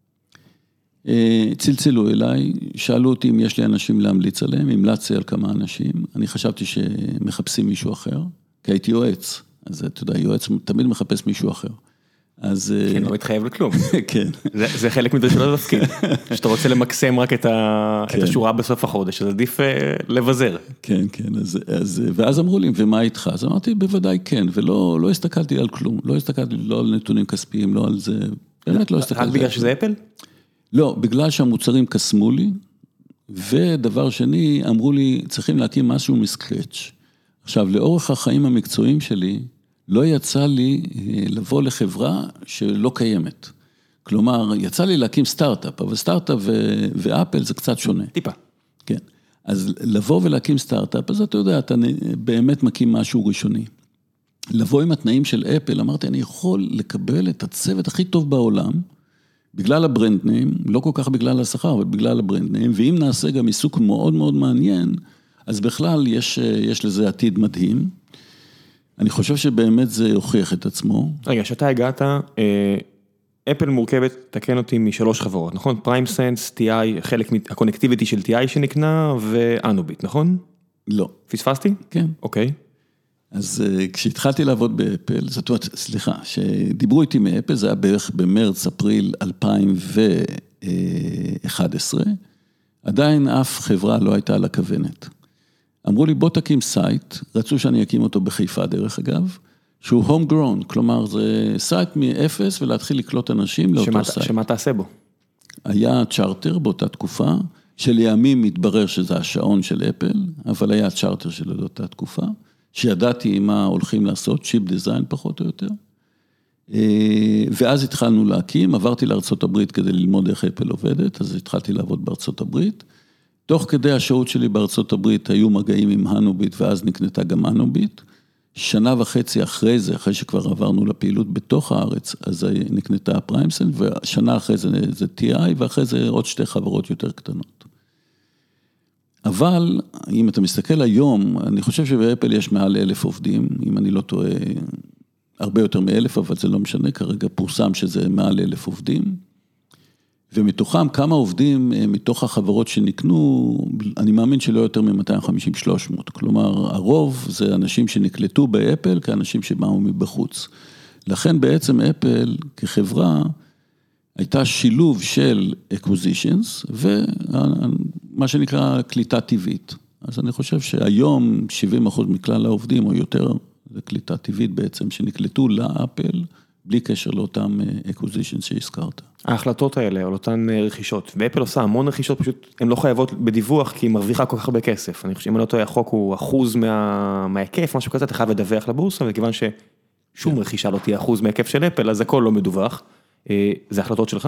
צלצלו אליי, שאלו אותי אם יש לי אנשים להמליץ עליהם, המלצתי על כמה אנשים, אני חשבתי שמחפשים מישהו אחר, כי הייתי יועץ, אז אתה יודע, יועץ תמיד מחפש מישהו אחר. אז... כן, לא מתחייב לכלום. כן. זה חלק מזה שלא תפקיד. שאתה רוצה למקסם רק את השורה בסוף החודש, אז עדיף לבזר. כן, כן, ואז אמרו לי, ומה איתך? אז אמרתי, בוודאי כן, ולא הסתכלתי על כלום, לא הסתכלתי לא על נתונים כספיים, לא על זה, באמת לא הסתכלתי. רק בגלל שזה אפל? לא, בגלל שהמוצרים קסמו לי, ודבר שני, אמרו לי, צריכים להקים משהו מסקרץ'. עכשיו, לאורך החיים המקצועיים שלי, לא יצא לי לבוא לחברה שלא קיימת. כלומר, יצא לי להקים סטארט-אפ, אבל סטארט-אפ ואפל זה קצת שונה. טיפה. כן. אז לבוא ולהקים סטארט-אפ, אז אתה יודע, אתה באמת מקים משהו ראשוני. לבוא עם התנאים של אפל, אמרתי, אני יכול לקבל את הצוות הכי טוב בעולם, בגלל הברנד ניים, לא כל כך בגלל השכר, אבל בגלל הברנד ניים, ואם נעשה גם עיסוק מאוד מאוד מעניין, אז בכלל יש לזה עתיד מדהים. אני חושב שבאמת זה הוכיח את עצמו. רגע, שאתה הגעת, אפל מורכבת, תקן אותי משלוש חברות, נכון? PrimeSense, TI, חלק מהקונקטיביטי של TI שנקנה, ואנוביט, נכון? לא. פספסתי? כן. אוקיי. אז כשהתחלתי לעבוד באפל, זאת אומרת, סליחה, שדיברו איתי מאפל, זה היה בערך במרץ, אפריל 2011, עדיין אף חברה לא הייתה על הכוונת. אמרו לי, בוא תקים סייט, רצו שאני אקים אותו בחיפה דרך אגב, שהוא homegrown, כלומר זה סייט מאפס ולהתחיל לקלוט אנשים לאותו סייט. שמה תעשה בו? היה צ'ארטר באותה תקופה, שלימים מתברר שזה השעון של אפל, אבל היה צ'ארטר של אותה תקופה, שידעתי מה הולכים לעשות, צ'יפ דיזיין פחות או יותר, ואז התחלנו להקים, עברתי לארצות הברית כדי ללמוד איך אפל עובדת, אז התחלתי לעבוד בארצות הברית, תוך כדי השהות שלי בארצות הברית היו מגעים עם הנוביט, ואז נקנתה גם הנוביט. שנה וחצי אחרי זה, אחרי שכבר עברנו לפעילות בתוך הארץ, אז נקנתה הפריימסן, ושנה אחרי זה TI, ואחרי זה עוד שתי חברות יותר קטנות. אבל, אם אתה מסתכל היום, אני חושב שבאפל יש מעל 1,000 עובדים, אם אני לא טועה, הרבה יותר מ1,000, אבל זה לא משנה, כרגע פורסם שזה מעל 1,000 עובדים. ומתוכם כמה עובדים מתוך החברות שנקנו, אני מאמין שלא יותר מ-250-300, כלומר הרוב זה אנשים שנקלטו באפל כאנשים שבאו מבחוץ. לכן בעצם אפל כחברה הייתה שילוב של acquisitions ומה שנקרא קליטה טבעית. אז אני חושב שהיום 70% מכלל העובדים או יותר זה קליטה טבעית בעצם שנקלטו לאפל, בלי קשר לאותם acquisitions שהזכרת. ההחלטות האלה, על אותן רכישות, ואפל עושה המון רכישות, פשוט הן לא חייבות בדיווח, כי היא מרוויחה כל כך הרבה כסף. אני חושב שאם אני לא טועה, החוק הוא אחוז מההיקף, משהו כזה, אתה חייב לדווח לבורסה, וכיוון ששום רכישה לא תהיה אחוז מההיקף של אפל, אז הכל לא מדווח. זה החלטות שלך?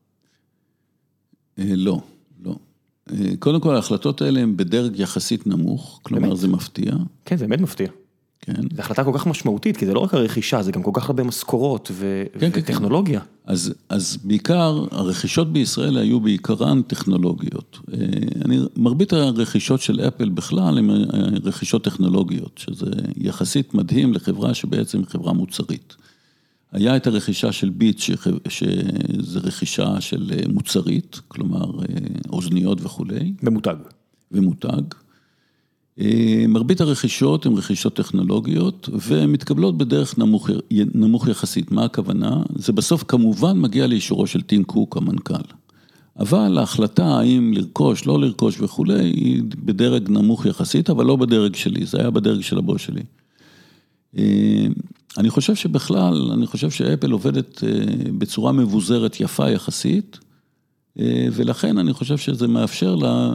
לא, לא. קודם כל, ההחלטות האלה הן בדרג יחסית נמוך, כלומר זה מפתיע. כן, זה באמת מפתיע. כן. זו החלטה כל כך משמעותית, כי זה לא רק הרכישה, זה גם כל כך הרבה משכורות וטכנולוגיה. אז בעיקר, הרכישות בישראל היו בעיקרן טכנולוגיות. מרבית הרכישות של אפל בכלל הן רכישות טכנולוגיות, שזה יחסית מדהים לחברה שבעצם היא חברה מוצרית. היה את הרכישה של ביט, שזה רכישה של מוצרית, כלומר אוזניות וכו'. במותג. ומותג. מרבית הרכישות הן רכישות טכנולוגיות, והן מתקבלות בדרך נמוך יחסית. מה הכוונה? זה בסוף כמובן מגיע לאישורו של טים קוק, המנכ"ל. אבל ההחלטה האם לרכוש, לא לרכוש וכו', היא בדרג נמוך יחסית, אבל לא בדרג שלי, זה היה בדרג של הבוס שלי. אני חושב שבכלל, אני חושב שאפל עובדת בצורה מבוזרת יפה יחסית, ולכן אני חושב שזה מאפשר לה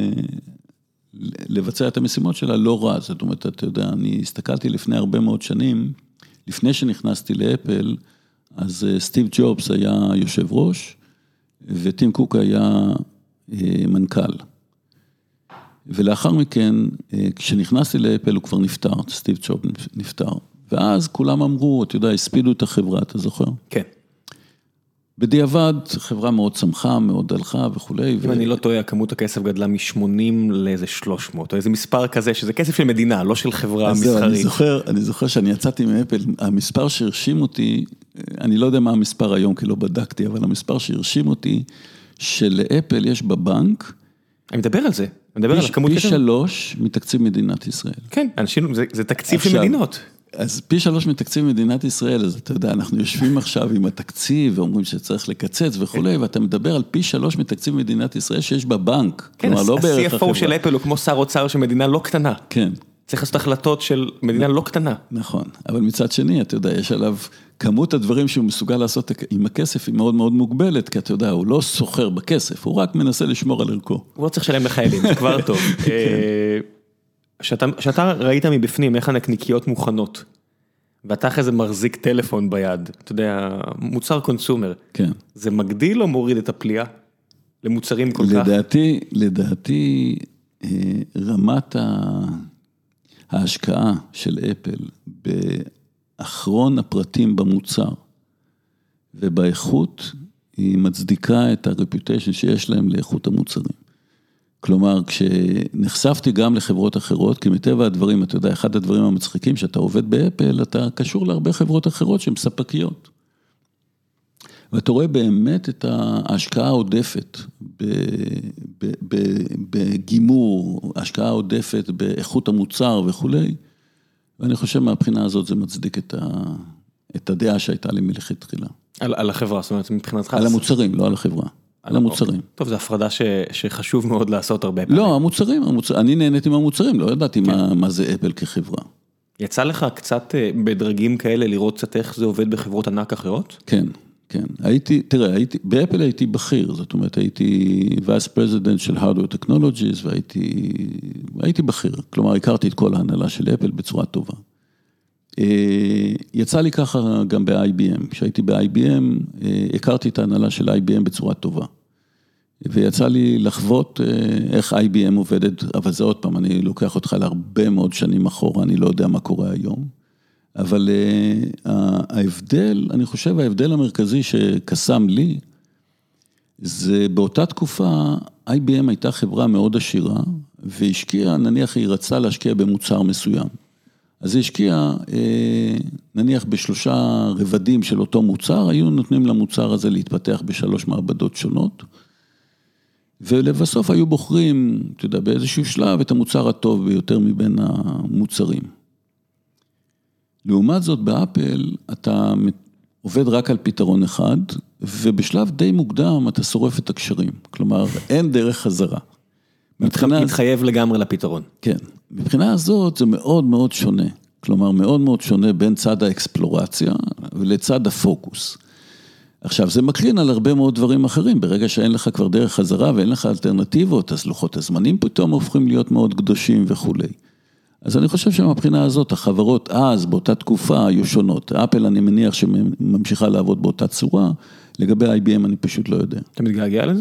לבצע את המשימות שלה לא רע. זאת אומרת, אתה יודע, אני הסתכלתי לפני הרבה מאוד שנים, לפני שנכנסתי לאפל, אז סטיב ג'ובס היה יושב ראש, וטים קוק היה מנכ"ל. ולאחר מכן, כשנכנסתי לאפל הוא כבר נפטר, סטיב ג'ובס נפטר. ואז כולם אמרו, אתה יודע, הספידו את החברה, אתה זוכר? כן. בדיעבד, חברה מאוד צמחה, מאוד הלכה וכו'. אם אני לא טועה, כמות הכסף גדלה מ-80 לאיזה 300, או איזה מספר כזה, שזה כסף של מדינה, לא של חברה מסחרית. אני זוכר שאני יצאתי מאפל, המספר שהרשים אותי, אני לא יודע מה המספר היום, כי לא בדקתי, אבל המספר שהרשים אותי, שלאפל יש בבנק, אני מדבר על זה, אני מדבר על הכמות כסף. פי 3 מתקציב מדינת ישראל. כן, אנשים, זה תקציב של מדינות. אז פי 3 מתקציב מדינת ישראל, אז אתה יודע, אנחנו יושבים עכשיו עם התקציב, ואומרים שצריך לקצץ וכו', ואתה מדבר על פי 3 מתקציב מדינת ישראל שיש בבנק. כן, ה-CFO של אפל הוא כמו שר אוצר של מדינה לא קטנה. כן. צריך לעשות החלטות של מדינה לא קטנה. נכון, אבל מצד שני, אתה יודע, יש עליו כמות הדברים שהוא מסוגל לעשות עם הכסף, היא מאוד מאוד מוגבלת, כי אתה יודע, הוא לא סוחר בכסף, הוא רק מנסה לשמור על ערכו. הוא לא צריך לשלם לחיילים, זה כבר טוב. שאתה ראית מבפנים איך הנקניקיות מוכנות, ואתה אחרי זה מחזיק טלפון ביד, אתה יודע, מוצר קונסומר, כן. זה מגדיל או מוריד את הפליאה למוצרים כל כך? לדעתי, רמת ההשקעה של אפל באחרון הפרטים במוצר ובאיכות, היא מצדיקה את הרפיוטיישן שיש להם לאיכות המוצרים. כלומר, כשנחשפתי גם לחברות אחרות, כי מטבע הדברים, אתה יודע, אחד הדברים המצחיקים, שאתה עובד באפל, אתה קשור להרבה חברות אחרות שהן ספקיות. ואתה רואה באמת את ההשקעה העודפת בגימור, השקעה העודפת באיכות המוצר וכו'. ואני חושב מהבחינה הזאת זה מצדיק את הדעה שהייתה לי מלכתחילה. על החברה, זאת אומרת, מבחינתך... על המוצרים, לא על החברה. על המוצרים. טוב, זו הפרדה שחשוב מאוד לעשות הרבה פעמים. לא, המוצרים, אני נהניתי מהמוצרים, לא ידעתי מה זה אפל כחברה. יצא לך קצת בדרגים כאלה לראות קצת איך זה עובד בחברות ענק אחרות? כן, כן. באפל הייתי בכיר, זאת אומרת, הייתי Vice President של Hardware Technologies, והייתי בכיר. כלומר, הכרתי את כל ההנהלה של אפל בצורה טובה. יצא לי ככה גם ב-IBM. כשהייתי ב-IBM, הכרתי את ההנהלה של IBM בצורה טובה. ויצא לי לחוות איך IBM עובדת, אבל זה עוד פעם, אני לוקח אותך להרבה מאוד שנים אחורה, אני לא יודע מה קורה היום. אבל ההבדל, אני חושב, ההבדל המרכזי שקסם לי, זה באותה תקופה, IBM הייתה חברה מאוד עשירה, והשקיעה, נניח היא רצה להשקיע במוצר מסוים. אז היא השקיעה, נניח בשלושה רבדים של אותו מוצר, היו נותנים למוצר הזה להתפתח בשלוש מעבדות שונות, ולבסוף היו בוחרים, אתה יודע, באיזשהו שלב, את המוצר הטוב ביותר מבין המוצרים. לעומת זאת, באפל, אתה עובד רק על פתרון אחד, ובשלב די מוקדם אתה שורף את הקשרים. כלומר, אין דרך חזרה. מתחייב לגמרי לפתרון. כן. מבחינה הזאת זה מאוד מאוד שונה. כלומר, מאוד מאוד שונה בין צד האקספלורציה ולצד הפוקוס. עכשיו, זה מקרין על הרבה מאוד דברים אחרים. ברגע שאין לך כבר דרך חזרה ואין לך אלטרנטיבות, אז לוחות הזמנים פתאום הופכים להיות מאוד קדושים וכו'. אז אני חושב שמבחינה הזאת, החברות אז, באותה תקופה, היו שונות. אפל, אני מניח שממשיכה לעבוד באותה צורה, לגבי IBM אני פשוט לא יודע. אתה מתגעגע לזה?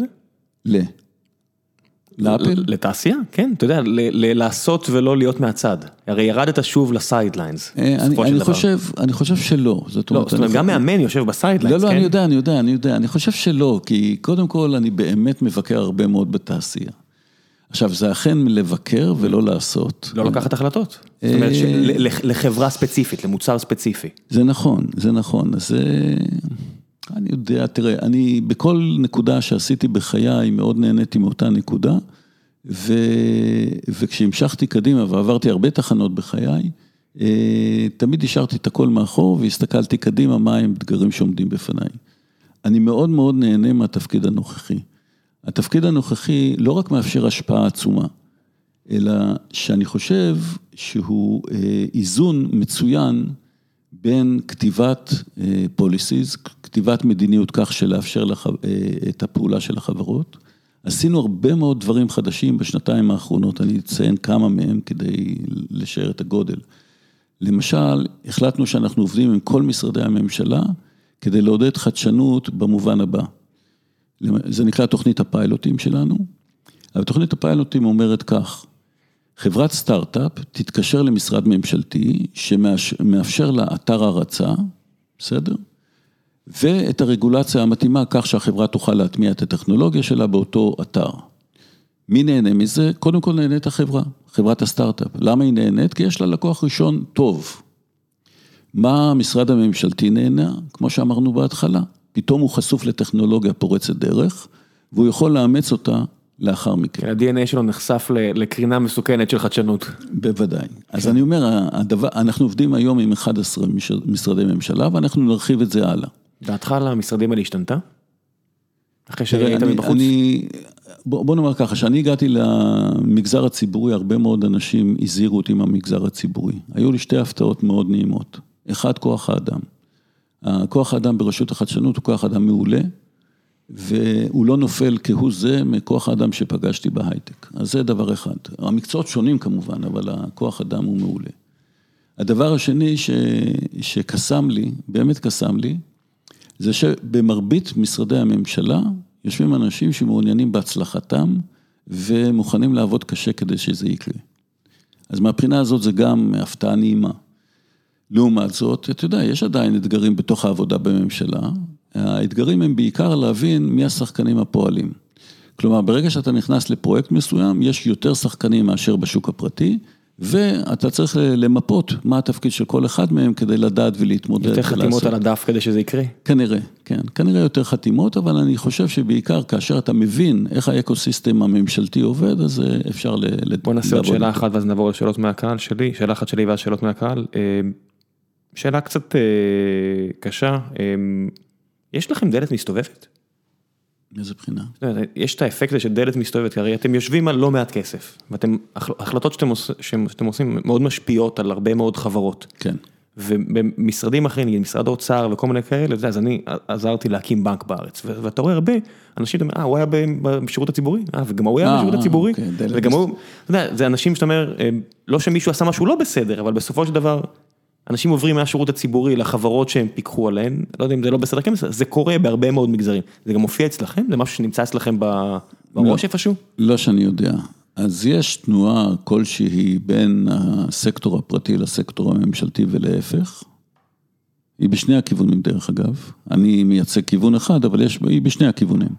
לאפל? לתעשייה? כן, אתה יודע, לעשות ולא להיות מהצד. הרי ירדת שוב לסיידליינס. אני חושב שלא. זאת אומרת, גם מאמן יושב בסיידליינס, כן? לא, אני יודע. אני חושב שלא, כי קודם כל אני באמת מבקר הרבה מאוד בתעשייה. עכשיו, זה אכן לבקר ולא לעשות. לא לקחת החלטות. זאת אומרת, לחברה ספציפית, למוצר ספציפי. זה נכון. אז אני יודע, תראה, אני בכל נקודה שעשיתי בחיי מאוד נהניתי מאותה נקודה, וכשהמשכתי קדימה ועברתי הרבה תחנות בחיי, תמיד השארתי את הכל מאחור והסתכלתי קדימה מה הם אתגרים שעומדים בפניי. אני מאוד מאוד נהנה מהתפקיד הנוכחי. התפקיד הנוכחי לא רק מאפשר השפעה עצומה, אלא שאני חושב שהוא איזון מצוין בין כתיבת policies, כתיבת מדיניות כך שלאפשר את הפעולה של החברות. עשינו הרבה מאוד דברים חדשים בשנתיים האחרונות, אני אציין כמה מהם כדי לשער את הגודל. למשל, החלטנו שאנחנו עובדים עם כל משרדי הממשלה, כדי לעודד חדשנות במובן הבא. זה נקרא תוכנית הפיילוטים שלנו, אבל תוכנית הפיילוטים אומרת כך, חברת סטארט-אפ תתקשר למשרד ממשלתי שמאפשר לה אתר הרצה, בסדר? ואת הרגולציה המתאימה כך שהחברה תוכל להטמיע את הטכנולוגיה שלה באותו אתר. מי נהנה מזה? קודם כל נהנית החברה, חברת הסטארט-אפ. למה היא נהנית? כי יש לה לקוח ראשון טוב. מה המשרד הממשלתי נהנה? כמו שאמרנו בהתחלה, פתאום הוא חשוף לטכנולוגיה פורצת דרך, והוא יכול לאמץ אותה לאחר מכן. ה-DNA שלו נחשף לקרינה מסוכנת של חדשנות. בוודאי. אז אני אומר, אנחנו עובדים היום עם 11 משרדי ממשלה, ואנחנו נרחיב את זה הלאה. דעתך על המשרדים האלה השתנתה? אחרי שראית מבחוץ? בוא נאמר ככה, שאני הגעתי למגזר הציבורי, הרבה מאוד אנשים הזהירו אותי מהמגזר הציבורי. היו לי שתי הפתעות מאוד נעימות. אחד, כוח האדם. כוח האדם ברשות החדשנות הוא כוח האדם מעולה, והוא לא נופל כהוא זה מכוח האדם שפגשתי בהייטק. אז זה דבר אחד. המקצועות שונים כמובן, אבל הכוח האדם הוא מעולה. הדבר השני שקסם לי, באמת קסם לי, זה שבמרבית משרדי הממשלה, יושבים אנשים שמעוניינים בהצלחתם, ומוכנים לעבוד קשה כדי שזה יקרה. אז מהבחינה הזאת זה גם הפתעה נעימה. לעומת זאת, אתה יודע, יש עדיין אתגרים בתוך העבודה בממשלה, האתגרים הם בעיקר להבין מי השחקנים הפועלים. כלומר, ברגע שאתה נכנס לפרויקט מסוים, יש יותר שחקנים מאשר בשוק הפרטי, ואתה צריך למפות מה התפקיד של כל אחד מהם כדי לדעת ולהתמודד. יותר חתימות על הדף כדי שזה יקרה? כנראה, כן. כנראה יותר חתימות, אבל אני חושב שבעיקר כאשר אתה מבין איך האקוסיסטם הממשלתי עובד, אז אפשר לעבוד. בוא נעשה עוד שאלה אחת ואז נעבור לשאלות מהקהל שלי, שאלה אחת שלי ואז שאלות מהקהל. שאלה קצת קשה, יש לכם דלת מסתובבת? איזה בחינה? יש את האפקט הזה של דלת מסתובבת, כי הרי אתם יושבים על לא מעט כסף, והחלטות שאתם עושים מאוד משפיעות על הרבה מאוד חברות. כן. ובמשרדים אחרים, משרד האוצר וכל מיני כאלה, אז אני עזרתי להקים בנק בארץ, ואתה רואה הרבה אנשים, הוא היה בשירות הציבורי, וגם הוא היה בשירות הציבורי, וגם הוא, אתה יודע, זה אנשים שאתה אומר, לא שמישהו עשה משהו לא בסדר, אבל בסופו של דבר, אנשים עוברים מהשירות הציבורי לחברות שהם פיקחו עליהן, לא יודע אם זה לא בסדר, זה קורה בהרבה מאוד מגזרים. זה גם מופיע אצלכם? זה משהו שנמצא אצלכם בראש איפשהו? לא שאני יודע. אז יש תנועה כלשהי בין הסקטור הפרטי לסקטור הממשלתי ולהפך. היא בשני הכיוונים דרך אגב. אני מייצג כיוון אחד, אבל היא בשני הכיוונים.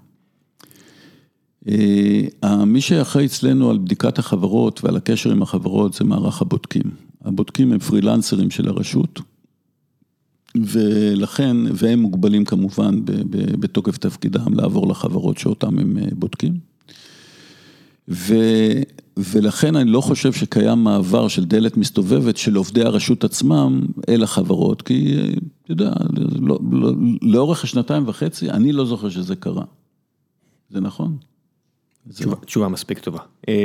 מי שאחראי אצלנו על בדיקת החברות ועל הקשר עם החברות זה מערך הבודקים. הבודקים הם פרילנסרים של הרשות, ולכן, והם מוגבלים כמובן בתוקף תפקידם לעבור לחברות שאותם הם בודקים. ולכן אני לא חושב שקיים מעבר של דלת מסתובבת של עובדי הרשות עצמם אל החברות, כי, אתה יודע, לאורך 2.5, אני לא זוכר שזה קרה. זה נכון? תשובה מספיק טובה.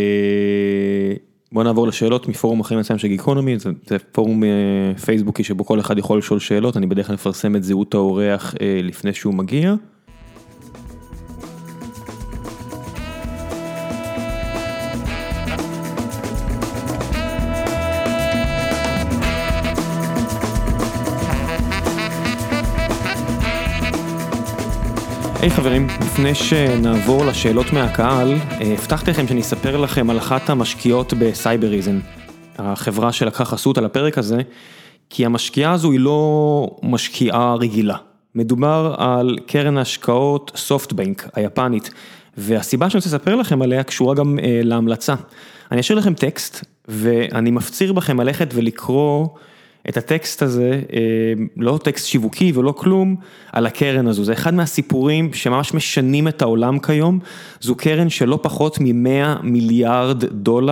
בוא נעבור לשאלות מפורום אחרים מסוים של גיקונומי, זה פורום פייסבוקי שבו כל אחד יכול לשאול שאלות, אני בדרך כלל מפרסם את זהות האורח לפני שהוא מגיע. היי חברים, לפני שנעבור לשאלות מהקהל, הבטחתי לכם שאני אספר לכם על אחת המשקיעות בסייבריזן, החברה שלקחה חסות על הפרק הזה, כי המשקיעה הזו היא לא משקיעה רגילה. מדובר על קרן ההשקעות סופטבנק, היפנית, והסיבה שאני רוצה לספר לכם עליה קשורה גם להמלצה. אני אשאיר לכם טקסט, ואני מפציר בכם ללכת ולקרוא את הטקסט הזה, לא טקסט שיווקי ולא כלום, על הקרן הזו. זה אחד מהסיפורים שממש משנים את העולם כיום. זו קרן שלא פחות מ$100 מיליארד,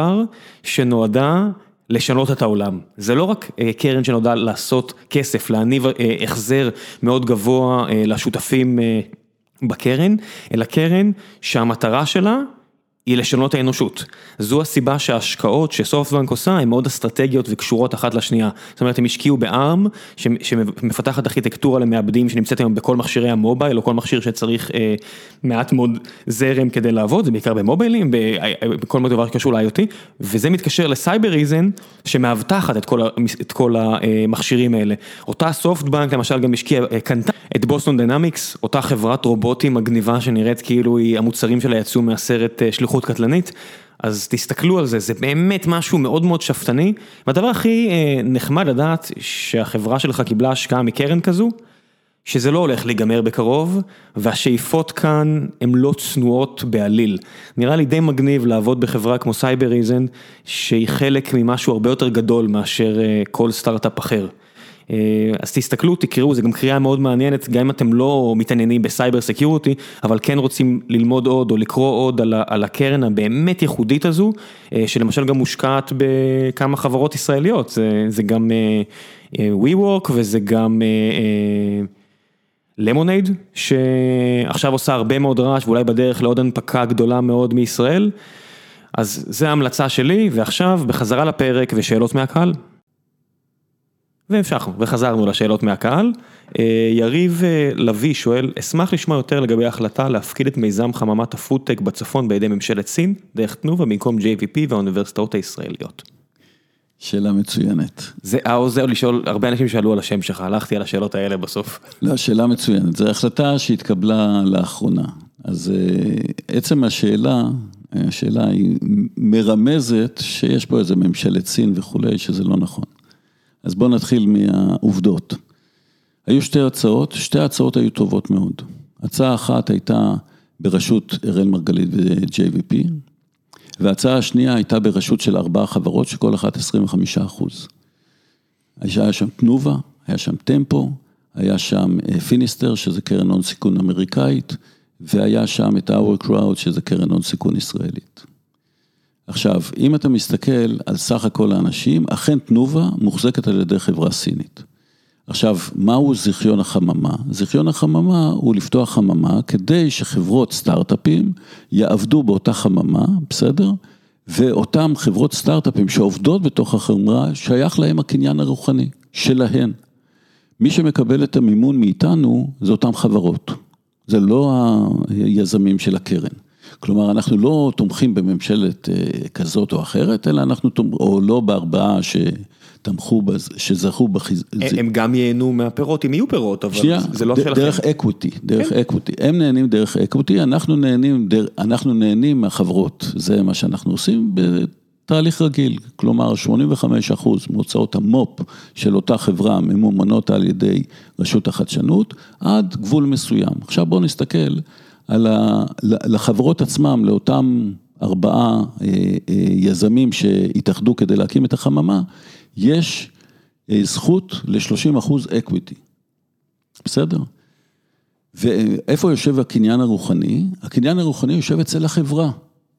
שנועדה לשנות את העולם. זה לא רק קרן שנועדה לעשות כסף, להניב החזר מאוד גבוה לשותפים בקרן, אלא קרן שהמטרה שלה היא לשנות האנושות. זו הסיבה שההשקעות שסופטבנק עושה הן מאוד אסטרטגיות וקשורות אחת לשנייה. זאת אומרת, הם השקיעו בארם, שמפתחת ארכיטקטורה למעבדים שנמצאת היום בכל מכשירי המובייל, או כל מכשיר שצריך מעט מאוד זרם כדי לעבוד, זה בעיקר במוביילים, בכל מאוד דבר שקשור ל-IoT, וזה מתקשר לסייבריזן, שמאבטחת את כל המכשירים האלה. אותה סופטבנק, למשל, גם קנתה את בוסטון דיינמיקס, אותה חברת רובוטים מגניבה שנראית כאילו המוצרים שלה יצאו מהסרט שליחות קטלנית, אז תסתכלו על זה, זה באמת משהו מאוד מאוד שפטני, והדבר הכי נחמד לדעת שהחברה שלך קיבלה השקעה מקרן כזו, שזה לא הולך להיגמר בקרוב, והשאיפות כאן הן לא צנועות בעליל. נראה לי די מגניב לעבוד בחברה כמו סייבריזן, שהיא חלק ממשהו הרבה יותר גדול מאשר כל סטארט-אפ אחר. אז תסתכלו, תקראו, זה גם קריאה מאוד מעניינת, גם אם אתם לא מתעניינים בסייבר סקיוריטי, אבל כן רוצים ללמוד עוד או לקרוא עוד על הקרן הבאמת ייחודית הזו, שלמשל גם מושקעת בכמה חברות ישראליות, זה גם WeWork וזה גם למונייד, שעכשיו עושה הרבה מאוד רעש, ואולי בדרך לעוד הנפקה גדולה מאוד מישראל, אז זה ההמלצה שלי, ועכשיו בחזרה לפרק ושאלות מהקהל. והמשכנו, וחזרנו לשאלות מהקהל. יריב לוי שואל, אשמח לשמוע יותר לגבי ההחלטה להפקיד את מיזם חממת הפודטק בצפון בידי ממשלת סין, דרך תנובה במקום JVP והאוניברסיטאות הישראליות. שאלה מצוינת. זה לשאול, הרבה אנשים שאלו על השם שלך, הלכתי על השאלות האלה בסוף. לא, שאלה מצוינת, זו החלטה שהתקבלה לאחרונה. אז עצם השאלה היא מרמזת שיש פה איזה ממשלת סין וכולי, שזה לא נכון. אז בואו נתחיל מהעובדות. היו שתי ההצעות היו טובות מאוד. הצעה אחת הייתה בראשות אראל מרגלית ו-JVP, וההצעה השנייה הייתה בראשות של 4 חברות, שכל אחת 25%. היה שם תנובה, היה שם טמפו, היה שם פיניסטר, שזה קרן הון סיכון אמריקאית, והיה שם את Our Crowd, שזה קרן הון סיכון ישראלית. עכשיו, אם אתה מסתכל על סך הכל האנשים, אכן תנובה מוחזקת על ידי חברה סינית. עכשיו, מהו זיכיון החממה? זיכיון החממה הוא לפתוח חממה, כדי שחברות סטארט-אפים יעבדו באותה חממה, בסדר? ואותם חברות סטארט-אפים שעובדות בתוך החברה, שייך להם הקניין הרוחני שלהן. מי שמקבל את המימון מאיתנו, זה אותם חברות. זה לא היזמים של הקרן. כלומר, אנחנו לא תומכים בממשלת כזאת או אחרת, אלא אנחנו או לא בארבעה שתמכו, שזכו הם גם ייהנו מהפירות, אם יהיו פירות, אבל זה לא שלכם. דרך אקוויטי, דרך אקוויטי. הם נהנים דרך אקוויטי, אנחנו נהנים מהחברות. זה מה שאנחנו עושים בתהליך רגיל. כלומר, 85% מהוצאות המופ של אותה חברה ממומנות על ידי רשות החדשנות, עד גבול מסוים. עכשיו בואו נסתכל לחברות עצמם, לאותם 4 יזמים שהתאחדו כדי להקים את החממה, יש זכות ל-30% אקוויטי. בסדר? ואיפה יושב הקניין הרוחני? הקניין הרוחני יושב אצל החברה.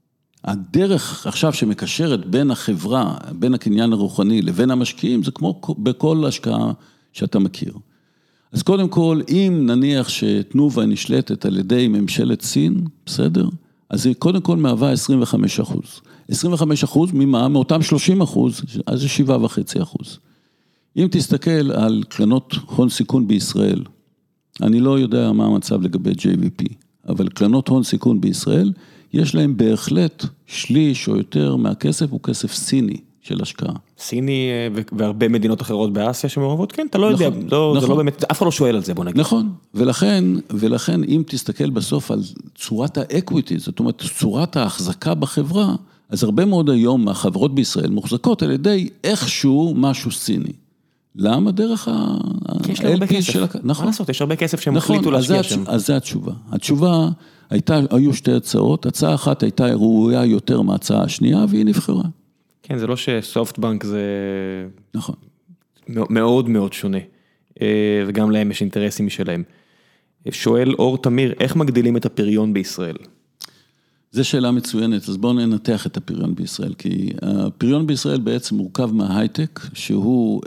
הדרך עכשיו שמקשרת בין החברה, בין הקניין הרוחני לבין המשקיעים, זה כמו בכל השקעה שאתה מכיר. אז קודם כל, אם נניח שתנובה נשלטת על ידי ממשלת סין, בסדר? אז היא קודם כל מהווה 25%. 25% ממה? מאותם 30%, אז זה 7.5%. אם תסתכל על קרנות הון סיכון בישראל, אני לא יודע מה המצב לגבי JVP, אבל קרנות הון סיכון בישראל, יש להם בהחלט שליש או יותר מהכסף, הוא כסף סיני של השקעה. סיני והרבה מדינות אחרות באסיה שמעורבות, כן, אתה לא יודע, זה לא באמת, אף אחד לא שואל על זה, בוא נגיד. נכון, ולכן אם תסתכל בסוף על צורת האקוויטי, זאת אומרת, צורת ההחזקה בחברה, אז הרבה מאוד היום החברות בישראל מוחזקות על ידי איכשהו משהו סיני. למה? דרך ה-LP של... נכון. מה לעשות, יש הרבה כסף שהם החליטו להשקיע שם. אז זה התשובה. התשובה היו שתי הצעות, הצעה אחת הייתה ראויה יותר מההצעה השנייה, והיא נבחרה. כן, זה לא שסופטבנק זה... נכון. מאוד מאוד שונה, וגם להם יש אינטרסים משלהם. שואל אור תמיר, איך מגדילים את הפריון בישראל? זו שאלה מצוינת, אז בואו ננתח את הפריון בישראל, כי הפריון בישראל בעצם מורכב מההייטק, שהוא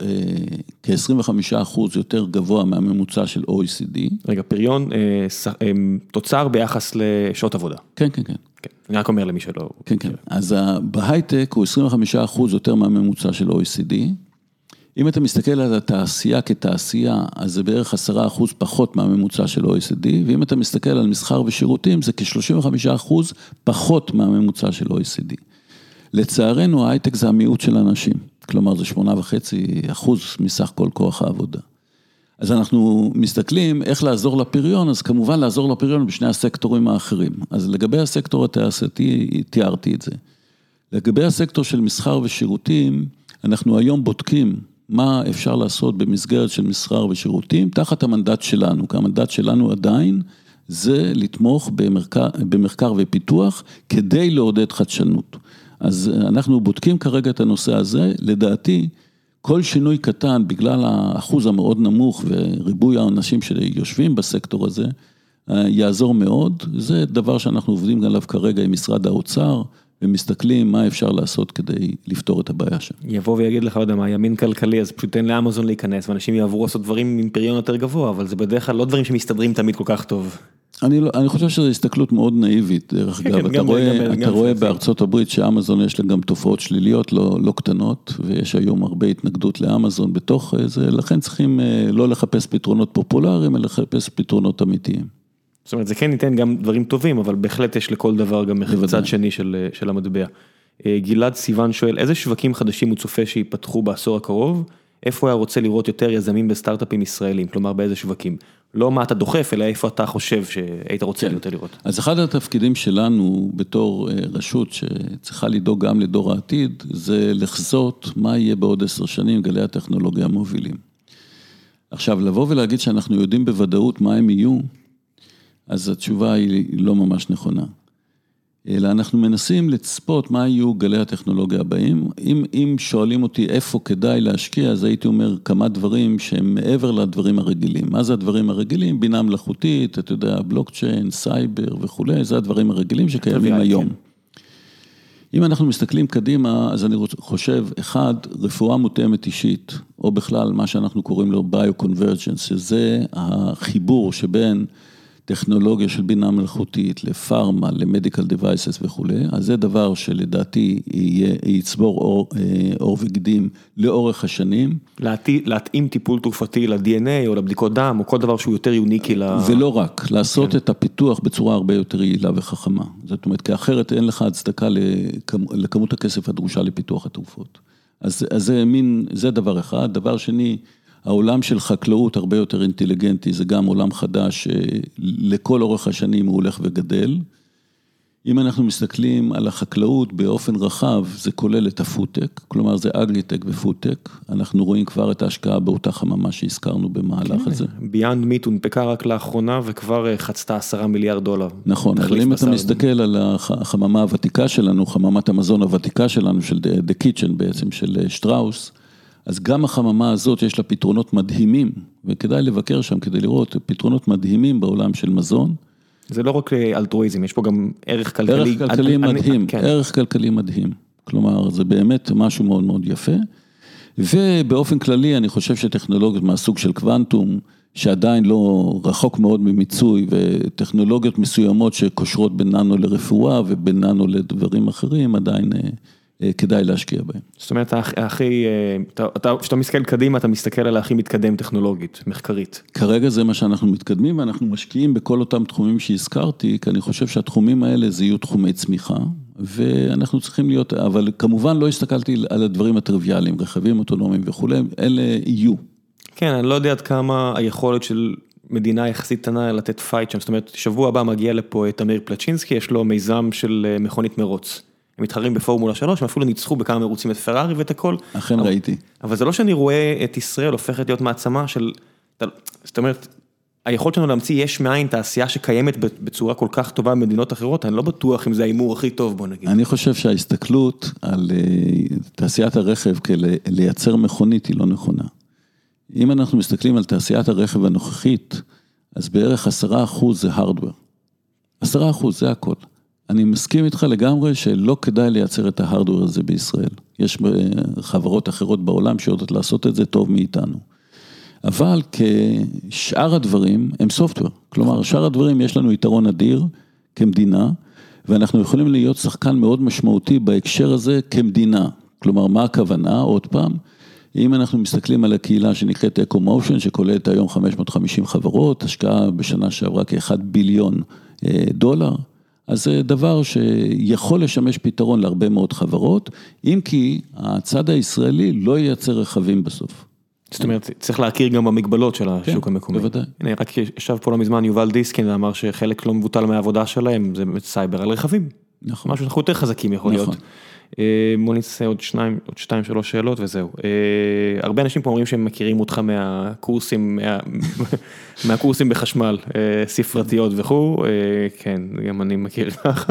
כ-25% יותר גבוה מהממוצע של OECD. רגע, פריון, תוצר ביחס לשעות עבודה. כן, כן, כן. אני רק אומר למי שלא... כן, כן. אז בהייטק הוא 25% יותר מהממוצע של OECD. אם אתה מסתכל על התעשייה כתעשייה, אז זה בערך 10% פחות מהממוצע של OECD, ואם אתה מסתכל על מסחר ושירותים, זה כ-35% פחות מהממוצע של OECD. לצערנו, ההייטק זה המיעוט של אנשים, כלומר זה 8.5% מסך כל כוח העבודה. אז אנחנו מסתכלים איך לעזור לפריון, אז כמובן לעזור לפריון בשני הסקטורים האחרים. אז לגבי הסקטור התעשייתי, תיארתי את זה. לגבי הסקטור של מסחר ושירותים, אנחנו היום בודקים מה אפשר לעשות במסגרת של מסחר ושירותים, תחת המנדט שלנו, כי המנדט שלנו עדיין זה לתמוך במחקר ופיתוח, כדי לעודד חדשנות. אז אנחנו בודקים כרגע את הנושא הזה, לדעתי, כל שינוי קטן, בגלל האחוז המאוד נמוך, וריבוי האנשים שיושבים בסקטור הזה, יעזור מאוד, זה דבר שאנחנו עובדים עליו כרגע עם משרד האוצר, ומסתכלים מה אפשר לעשות כדי לפתור את הבעיה שם. יבוא ויגיד לך, לא יודע מה, ימין כלכלי, אז פשוט תן לאמזון להיכנס, ואנשים יעברו לעשות דברים עם פריון יותר גבוה, אבל זה בדרך כלל לא דברים שמסתדרים תמיד כל כך טוב. אני חושב שזו הסתכלות מאוד נאיבית, דרך אגב, אתה רואה בארצות הברית שאמזון יש לה גם תופעות שליליות לא קטנות, ויש היום הרבה התנגדות לאמזון בתוך זה, לכן צריכים לא לחפש פתרונות פופולריים, אלא לחפש פתרונות אמיתיים. זאת אומרת, זה כן ניתן גם דברים טובים, אבל בהחלט יש לכל דבר גם צד שני של המטבע. גלעד סיוון שואל, איזה שווקים חדשים הוא צופה שיפתחו בעשור הקרוב? איפה היה רוצה לראות יותר יזמים בסטארט-אפים ישראלים? כלומר, באיזה שווקים? לא מה אתה דוחף, אלא איפה אתה חושב שהיית רוצה יותר לראות. אז אחד התפקידים שלנו בתור רשות שצריכה לדאוג גם לדור העתיד, זה לחזות מה יהיה בעוד 10 שנים גלי הטכנולוגיה המובילים. עכשיו, לבוא ולהגיד שאנחנו יודעים בוודאות מה הם יהיו, אז התשובה היא לא ממש נכונה. אלא אנחנו מנסים לצפות מה יהיו גלי הטכנולוגיה הבאים. אם שואלים אותי איפה כדאי להשקיע, אז הייתי אומר כמה דברים שהם מעבר לדברים הרגילים. מה זה הדברים הרגילים? בינה מלאכותית, אתה יודע, בלוקצ'יין, סייבר וכו', זה הדברים הרגילים שקיימים היום. אם אנחנו מסתכלים קדימה, אז אני חושב, אחד, רפואה מותאמת אישית, או בכלל מה שאנחנו קוראים לו ביו-קונברג'נס, שזה החיבור שבין טכנולוגיה של בינה מלאכותית, לפארמה, למדיקל דיווייסס וכו', אז זה דבר שלדעתי יצבור אור וגדים לאורך השנים. להתאים טיפול תרופתי ל-DNA או לבדיקות דם, או כל דבר שהוא יותר יוניקי ולא רק, לעשות את הפיתוח בצורה הרבה יותר יעילה וחכמה. זאת אומרת, כי אחרת אין לך הצדקה לכמות הכסף הדרושה לפיתוח התרופות. אז זה דבר אחד. דבר שני, העולם של חקלאות הרבה יותר אינטליגנטי, זה גם עולם חדש לכל אורך השנים הוא הולך וגדל. אם אנחנו מסתכלים על החקלאות באופן רחב, זה כולל את הפודטק, כלומר זה אגריטק ופודטק, אנחנו רואים כבר את ההשקעה באותה חממה שהזכרנו במהלך הזה. ביאנד מיט הונפקה רק לאחרונה וכבר חצתה $10 מיליארד. נכון, אבל אם אתה מסתכל על החממה הוותיקה שלנו, חממת המזון הוותיקה שלנו, של The Kitchen בעצם, של שטראוס, אז גם החממה הזאת יש לה פתרונות מדהימים, וכדאי לבקר שם כדי לראות פתרונות מדהימים בעולם של מזון. זה לא רק אלטרואיזם, יש פה גם ערך כלכלי. ערך כלכלי מדהים, ערך כלכלי מדהים. כלומר, זה באמת משהו מאוד מאוד יפה. ובאופן כללי, אני חושב שטכנולוגיות מהסוג של קוונטום, שעדיין לא רחוק מאוד ממיצוי, וטכנולוגיות מסוימות שקושרות בין ננו לרפואה, ובין ננו לדברים אחרים, עדיין כדאי להשקיע בהם. זאת אומרת, כשאתה מסתכל קדימה, אתה מסתכל על הכי מתקדם טכנולוגית, מחקרית. כרגע זה מה שאנחנו מתקדמים, ואנחנו משקיעים בכל אותם תחומים שהזכרתי, כי אני חושב שהתחומים האלה זה יהיו תחומי צמיחה, ואנחנו צריכים להיות, אבל כמובן לא הסתכלתי על הדברים הטריוויאליים, רכבים אוטונומיים וכו', אלה יהיו. כן, אני לא יודע עד כמה היכולת של מדינה יחסית קטנה לתת פייט שם, זאת אומרת, שבוע הבא מגיע לפה תמיר פלצ'ינסקי, יש לו מיזם של מכונית מרוץ. הם מתחרים בפורמולה 3, הם אפילו ניצחו בכמה מרוצים את פרארי ואת הכל. אכן ראיתי. אבל זה לא שאני רואה את ישראל הופכת להיות מעצמה של, זאת אומרת, היכולת שלנו להמציא יש מאין תעשייה שקיימת בצורה כל כך טובה במדינות אחרות, אני לא בטוח אם זה האימור הכי טוב, בוא נגיד. אני חושב שההסתכלות על תעשיית הרכב כלייצר מכונית היא לא נכונה. אם אנחנו מסתכלים על תעשיית הרכב הנוכחית, אז בערך 10% זה hardware. 10% זה הכל. אני מסכים איתך לגמרי שלא כדאי לייצר את ההרדוור הזה בישראל. יש חברות אחרות בעולם שיודעות לעשות את זה טוב מאיתנו. אבל כשאר הדברים הם סופטוור. כלומר, שאר הדברים יש לנו יתרון אדיר כמדינה, ואנחנו יכולים להיות שחקן מאוד משמעותי בהקשר הזה כמדינה. כלומר, מה הכוונה? עוד פעם, אם אנחנו מסתכלים על הקהילה שנקראת אקו-מושן, שכוללת היום 550 חברות, השקעה בשנה שעברה כ$1 ביליון, אז זה דבר שיכול לשמש פתרון להרבה מאוד חברות, אם כי הצד הישראלי לא ייצר רכבים בסוף. זאת אומרת, צריך להכיר גם במגבלות של השוק המקומי. כן, בוודאי. הנה, רק ישב פה לא מזמן יובל דיסקין, ואמר שחלק לא מבוטל מהעבודה שלהם, זה סייבר על רכבים. נכון. משהו שאנחנו יותר חזקים יכול להיות. בוא נעשה עוד 2-3 שאלות וזהו. הרבה אנשים פה אומרים שהם מכירים אותך מהקורסים בחשמל, ספרתיות וכו', כן, גם אני מכיר לך.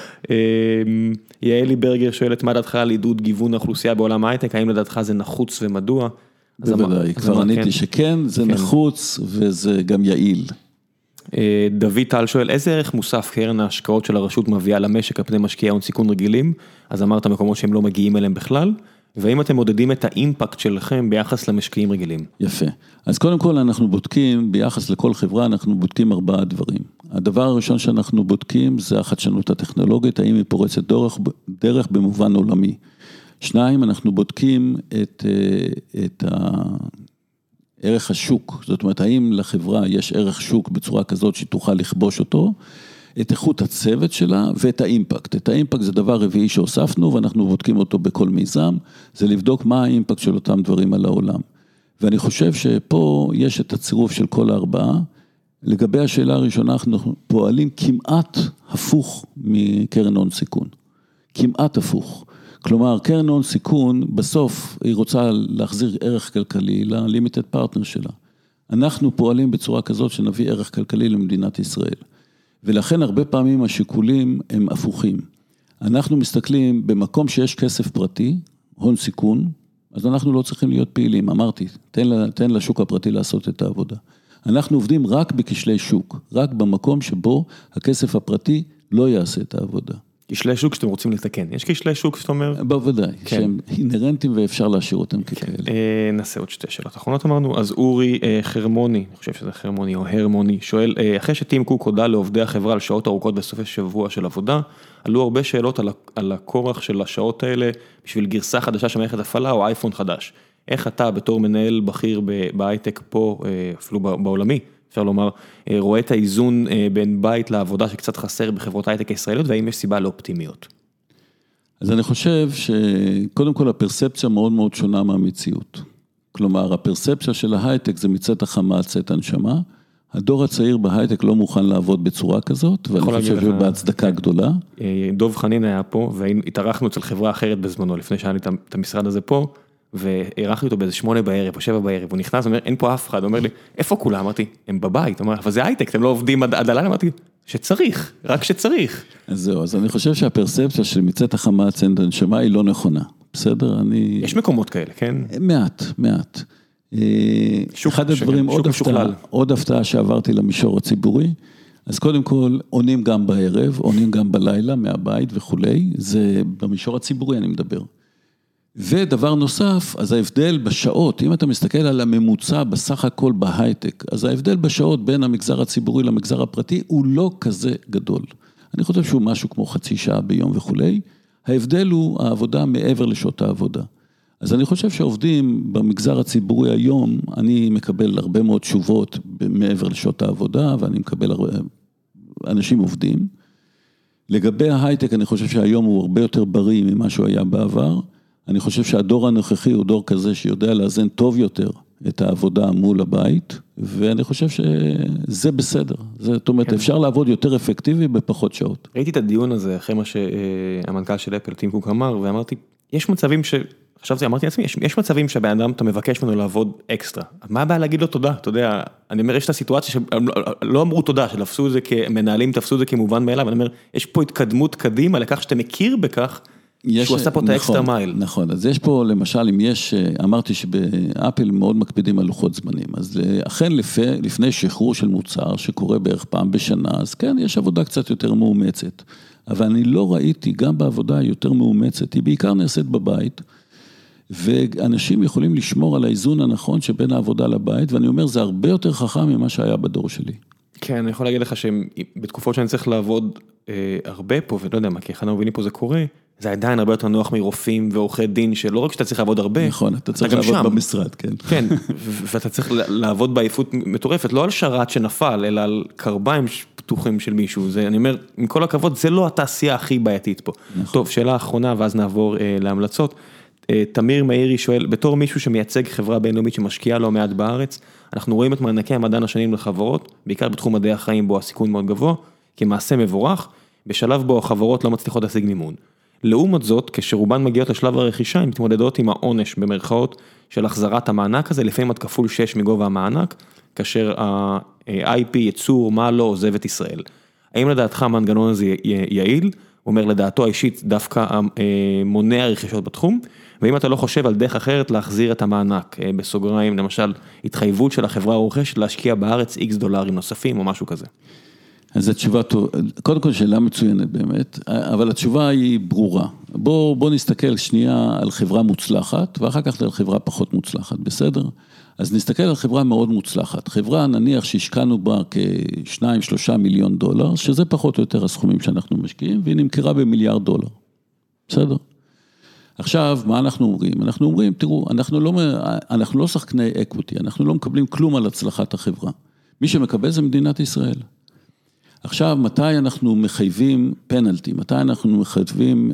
יעלי ברגר שואלת, מה דעתך על עידוד גיוון האוכלוסייה בעולם ההייטק, האם לדעתך זה נחוץ ומדוע? בוודאי, כבר עניתי שכן, זה נחוץ וזה גם יעיל. דוד טל שואל, איזה ערך מוסף קרן ההשקעות של הרשות מביאה למשק על פני משקיעי הון סיכון רגילים? אז אמרת מקומות שהם לא מגיעים אליהם בכלל, והאם אתם מודדים את האימפקט שלכם ביחס למשקיעים רגילים? יפה. אז קודם כל אנחנו בודקים, ביחס לכל חברה אנחנו בודקים 4 דברים. הדבר הראשון שאנחנו בודקים זה החדשנות הטכנולוגית, האם היא פורצת דרך במובן עולמי. 2, אנחנו בודקים את ערך השוק, זאת אומרת, האם לחברה יש ערך שוק בצורה כזאת שתוכל לכבוש אותו, את איכות הצוות שלה ואת האימפקט. את האימפקט זה דבר רביעי שהוספנו, ואנחנו בודקים אותו בכל מיזם, זה לבדוק מה האימפקט של אותם דברים על העולם. ואני חושב שפה יש את הצירוף של כל 4, לגבי השאלה הראשונה, אנחנו פועלים כמעט הפוך מקרן הון סיכון. כמעט הפוך. כלומר, קרן הון סיכון, בסוף היא רוצה להחזיר ערך כלכלי ללימיטד פרטנר שלה. אנחנו פועלים בצורה כזאת שנביא ערך כלכלי למדינת ישראל. ולכן הרבה פעמים השיקולים הם הפוכים. אנחנו מסתכלים במקום שיש כסף פרטי, הון סיכון, אז אנחנו לא צריכים להיות פעילים. אמרתי, תן לשוק הפרטי לעשות את העבודה. אנחנו עובדים רק בכשלי שוק, רק במקום שבו הכסף הפרטי לא יעשה את העבודה. כשלי שוק שאתם רוצים לתקן. יש כשלי שוק שאתה אומר? בוודאי, שהם אינרנטיים ואפשר להשאיר אותם ככאלה. נעשה עוד 2 שאלות אחרונות אמרנו, אז אורי חרמוני, אני חושב שזה חרמוני או הרמוני, שואל, אחרי שטים קוק הודע לעובדי החברה על שעות ארוכות בסופי שבוע של עבודה, עלו הרבה שאלות על הכורח של השעות האלה, בשביל גרסה חדשה של מערכת הפעלה או אייפון חדש. איך אתה בתור מנהל בכיר בהייטק פה, אפילו בעולמי, אפשר לומר, רואה את האיזון בין בית לעבודה שקצת חסר בחברות הייטק הישראליות, והאם יש סיבה לאופטימיות? אז אני חושב שקודם כל הפרספציה מאוד מאוד שונה מהמציאות. כלומר, הפרספציה של ההייטק זה מצאת החמה, צאת הנשמה. הדור הצעיר בהייטק לא מוכן לעבוד בצורה כזאת, ואני חושב שבהצדקה גדולה. דוב חנין היה פה, והתארחנו אצל חברה אחרת בזמנו, לפני שהיה לי את המשרד הזה פה, והערכתי אותו באיזה 8 בערב או 7 בערב, הוא נכנס, אומר, אין פה אף אחד, הוא אומר לי, איפה כולם? אמרתי, הם בבית, הוא אומר, אבל זה הייטק, אתם לא עובדים עד הלילה, אמרתי, שצריך, רק שצריך. אז זהו, אז אני חושב שהפרספציה של מצאת החמה, צאת הנשמה היא לא נכונה, בסדר? יש מקומות כאלה, כן? מעט. אחד הדברים, עוד הפתעה שעברתי למישור הציבורי, אז קודם כל, עונים גם בערב, עונים גם בלילה, מהבית וכולי, זה במישור הציבורי אני מדבר. ודבר נוסף, אז ההבדל בשעות, אם אתה מסתכל על הממוצע בסך הכל בהייטק, אז ההבדל בשעות בין המגזר הציבורי למגזר הפרטי הוא לא כזה גדול. אני חושב שהוא משהו כמו חצי שעה ביום וכולי, ההבדל הוא העבודה מעבר לשעות העבודה. אז אני חושב שעובדים במגזר הציבורי היום, אני מקבל הרבה מאוד תשובות מעבר לשעות העבודה, ואני מקבל אנשים עובדים. לגבי ההייטק, אני חושב שהיום הוא הרבה יותר בריא ממה שהוא היה בעבר, אני חושב שהדור הנוכחי הוא דור כזה שיודע לאזן טוב יותר את העבודה מול הבית, ואני חושב שזה בסדר. זאת אומרת, אפשר לעבוד יותר אפקטיבי בפחות שעות. ראיתי את הדיון הזה אחרי מה שהמנכ"ל של אפל, טים קוק אמר, ואמרתי, יש מצבים חשבתי, אמרתי לעצמי, יש מצבים שהבן אדם אתה מבקש ממנו לעבוד אקסטרה. מה הבעיה להגיד לו תודה? אתה יודע, אני אומר, יש את הסיטואציה שלא אמרו תודה, שלפסו את זה כמנהלים, תפסו את זה כמובן מאליו, אני אומר, יש פה התקדמות קדימה לכך שאתה מכיר בכך, שהוא עשה פה את האקסטרה מייל. נכון, אז יש פה למשל, אם יש, אמרתי שבאפל מאוד מקפידים על לוחות זמנים, אז אכן לפני שחרור של מוצר שקורה בערך פעם בשנה, אז כן, יש עבודה קצת יותר מאומצת, אבל אני לא ראיתי גם בעבודה יותר מאומצת, היא בעיקר נעשית בבית, ואנשים יכולים לשמור על האיזון הנכון שבין העבודה לבית, ואני אומר, זה הרבה יותר חכם ממה שהיה בדור שלי. כן, אני יכול להגיד לך שבתקופות שאני צריך לעבוד הרבה פה, ולא יודע מה, כי אחד המובילים פה זה קורה, זה עדיין הרבה יותר נוח מרופאים ועורכי דין, שלא רק שאתה צריך לעבוד הרבה, נכון, אתה צריך לעבוד במשרד, כן. כן, ואתה צריך לעבוד בעייפות מטורפת, לא על שרת שנפל, אלא על קרביים פתוחים של מישהו, אני אומר, עם כל הכבוד, זה לא התעשייה הכי בעייתית פה. טוב, שאלה אחרונה, ואז נעבור להמלצות. תמיר מאירי שואל, בתור מישהו שמייצג חברה בינלאומית שמשקיעה לא מעט בארץ, אנחנו רואים את מענקי המדען השנים לחברות, בעיקר בתחום מדעי החיים בו הסיכון מאוד גבוה, כמעשה מבורך, בשלב בו החברות לא מצליחות להשיג מימון. לעומת זאת, כשרובן מגיעות לשלב הרכישה, הן מתמודדות עם העונש במרכאות של החזרת המענק הזה, לפעמים עד כפול 6 מגובה המענק, כאשר ה-IP יצור מה לא עוזב את ישראל. האם לדעתך המנגנון הזה יעיל? הוא אומר לדעתו האישית דווקא מונע רכישות בתחום, ואם אתה לא חושב על דרך אחרת להחזיר את המענק, בסוגריים, למשל, התחייבות של החברה הרוכשת להשקיע בארץ X דולרים נוספים או משהו כזה. אז התשובה, קודם כל שאלה מצוינת באמת, אבל התשובה היא ברורה. בוא נסתכל שנייה על חברה מוצלחת, ואחר כך על חברה פחות מוצלחת, בסדר? אז נסתכל על חברה מאוד מוצלחת. חברה נניח שהשקענו בה כ2-3 מיליון דולר, שזה פחות או יותר הסכומים שאנחנו משקיעים, והיא נמכרה $1 מיליארד. בסדר? עכשיו, מה אנחנו אומרים? אנחנו אומרים, תראו, אנחנו לא שחקני אקוויטי, אנחנו לא מקבלים כלום על הצלחת החברה. מי שמקבל זה מדינת ישראל. עכשיו, מתי אנחנו מחייבים פנלטי? מתי אנחנו מחייבים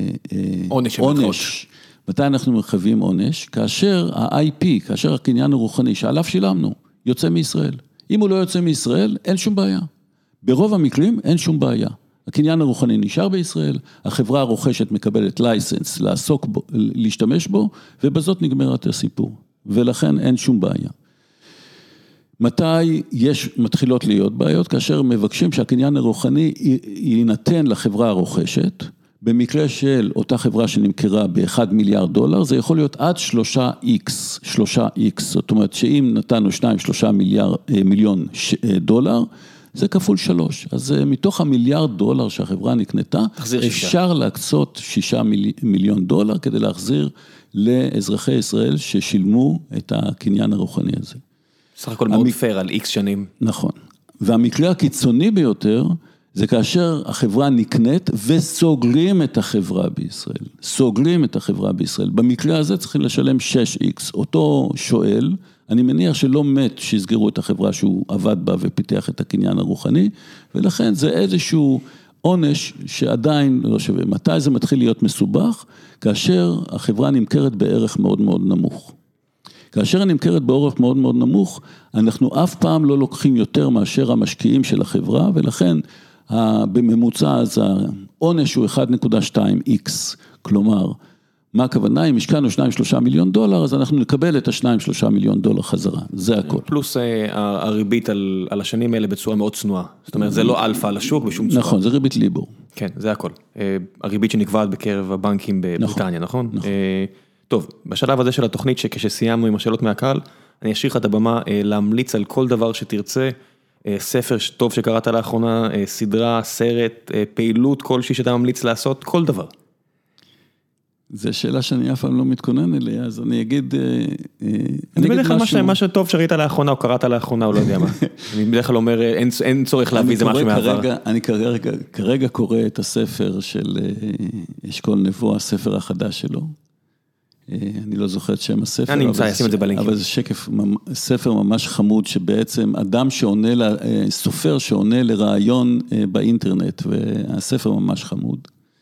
עונש? מתי אנחנו מחייבים עונש? כאשר ה-IP, כאשר הקניין הרוחני, שעליו שילמנו, יוצא מישראל. אם הוא לא יוצא מישראל, אין שום בעיה. ברוב המקרים, אין שום בעיה. הקניין הרוחני נשאר בישראל, החברה הרוכשת מקבלת לייסנס לעסוק בו, להשתמש בו, ובזאת נגמרת הסיפור. ולכן אין שום בעיה. מתי מתחילות להיות בעיות? כאשר מבקשים שהקניין הרוחני יינתן לחברה הרוכשת, במקרה של אותה חברה שנמכרה $1 מיליארד, זה יכול להיות עד 3x, זאת אומרת שאם נתנו 2-3 מיליון דולר, זה כפול 3, אז מתוך $1 מיליארד שהחברה נקנתה, אפשר להקצות $6 מיליון כדי להחזיר לאזרחי ישראל ששילמו את הקניין הרוחני הזה. סך הכל מאוד פייר על X שנים. נכון, והמקרה הקיצוני ביותר, זה כאשר החברה נקנית וסוגרים את החברה בישראל. סוגרים את החברה בישראל. במקרה הזה צריכים לשלם 6x. אותו שואל, אני מניח שלא מת שיסגרו את החברה שהוא עבד בה ופיתח את הקניין הרוחני, ולכן זה איזשהו עונש שעדיין לא שווה. מתי זה מתחיל להיות מסובך? כאשר החברה נמכרת בערך מאוד מאוד נמוך. כאשר היא נמכרת בערך מאוד מאוד נמוך, אנחנו אף פעם לא לוקחים יותר מאשר המשקיעים של החברה, ולכן בממוצע אז העונש הוא 1.2x, כלומר, מה הכוונה? אם השקענו 2-3 מיליון דולר, אז אנחנו נקבל את ה2-3 מיליון דולר חזרה, זה הכל. פלוס הריבית על השנים האלה בצורה מאוד צנועה, זאת אומרת, זה לא אלפא על השוק בשום צורה. נכון, זה ריבית ליבור. כן, זה הכל. הריבית שנקבעת בקרב הבנקים בבריטניה, נכון? טוב, בשלב הזה של התוכנית, שכשסיימנו עם השאלות מהקהל, אני אשאיר לך את הבמה להמליץ על כל דבר שתרצה, ספר טוב שקראת לאחרונה, סדרה, סרט, פעילות כלשהי שאתה ממליץ לעשות, כל דבר. זו שאלה שאני אף פעם לא מתכונן אליה, אז אני אגיד אני בדרך כלל מה שטוב שראית לאחרונה או קראת לאחרונה, או לא יודע מה. אני בדרך כלל אומר, אין צורך להביא איזה משהו מעבר. אני כרגע קורא את הספר של אשכול נבו, הספר החדש שלו. אני לא זוכר את שם הספר, אני נמצא, אשים את זה בלינקים. אבל זה ספר ממש חמוד, שבעצם אדם שעונה, סופר שעונה לרעיון באינטרנט, והספר ממש חמוד.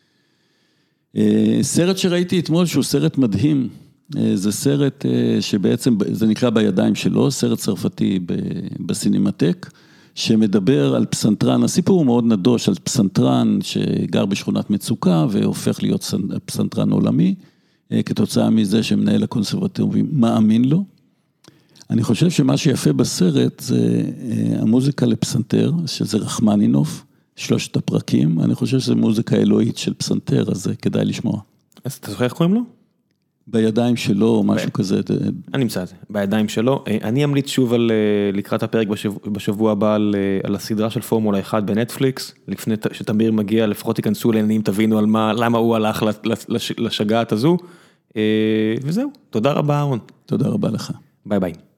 סרט שראיתי אתמול, שהוא סרט מדהים, זה סרט שבעצם, זה נקרא בידיים שלו, סרט צרפתי בסינמטק, שמדבר על פסנתרן, הסיפור הוא מאוד נדוש, על פסנתרן שגר בשכונת מצוקה, והופך להיות פסנתרן עולמי, כתוצאה מזה שמנהל הקונסרבטורי מאמין לו. אני חושב שמה שיפה בסרט זה המוזיקה לפסנתר, שזה רחמנינוב, שלושת הפרקים, אני חושב שזו מוזיקה אלוהית של פסנתר, אז כדאי לשמוע. אז אתה זוכר איך קוראים לו? בידיים שלו, או משהו כזה. אני אמצא את זה, בידיים שלו. אני אמליץ שוב על לקראת הפרק בשבוע הבא על הסדרה של פורמולה 1 בנטפליקס, לפני שתמיר מגיע, לפחות ייכנסו לעניינים, תבינו על למה הוא הלך לשגעת הזו. וזהו, תודה רבה אהרון. תודה רבה לך. ביי ביי.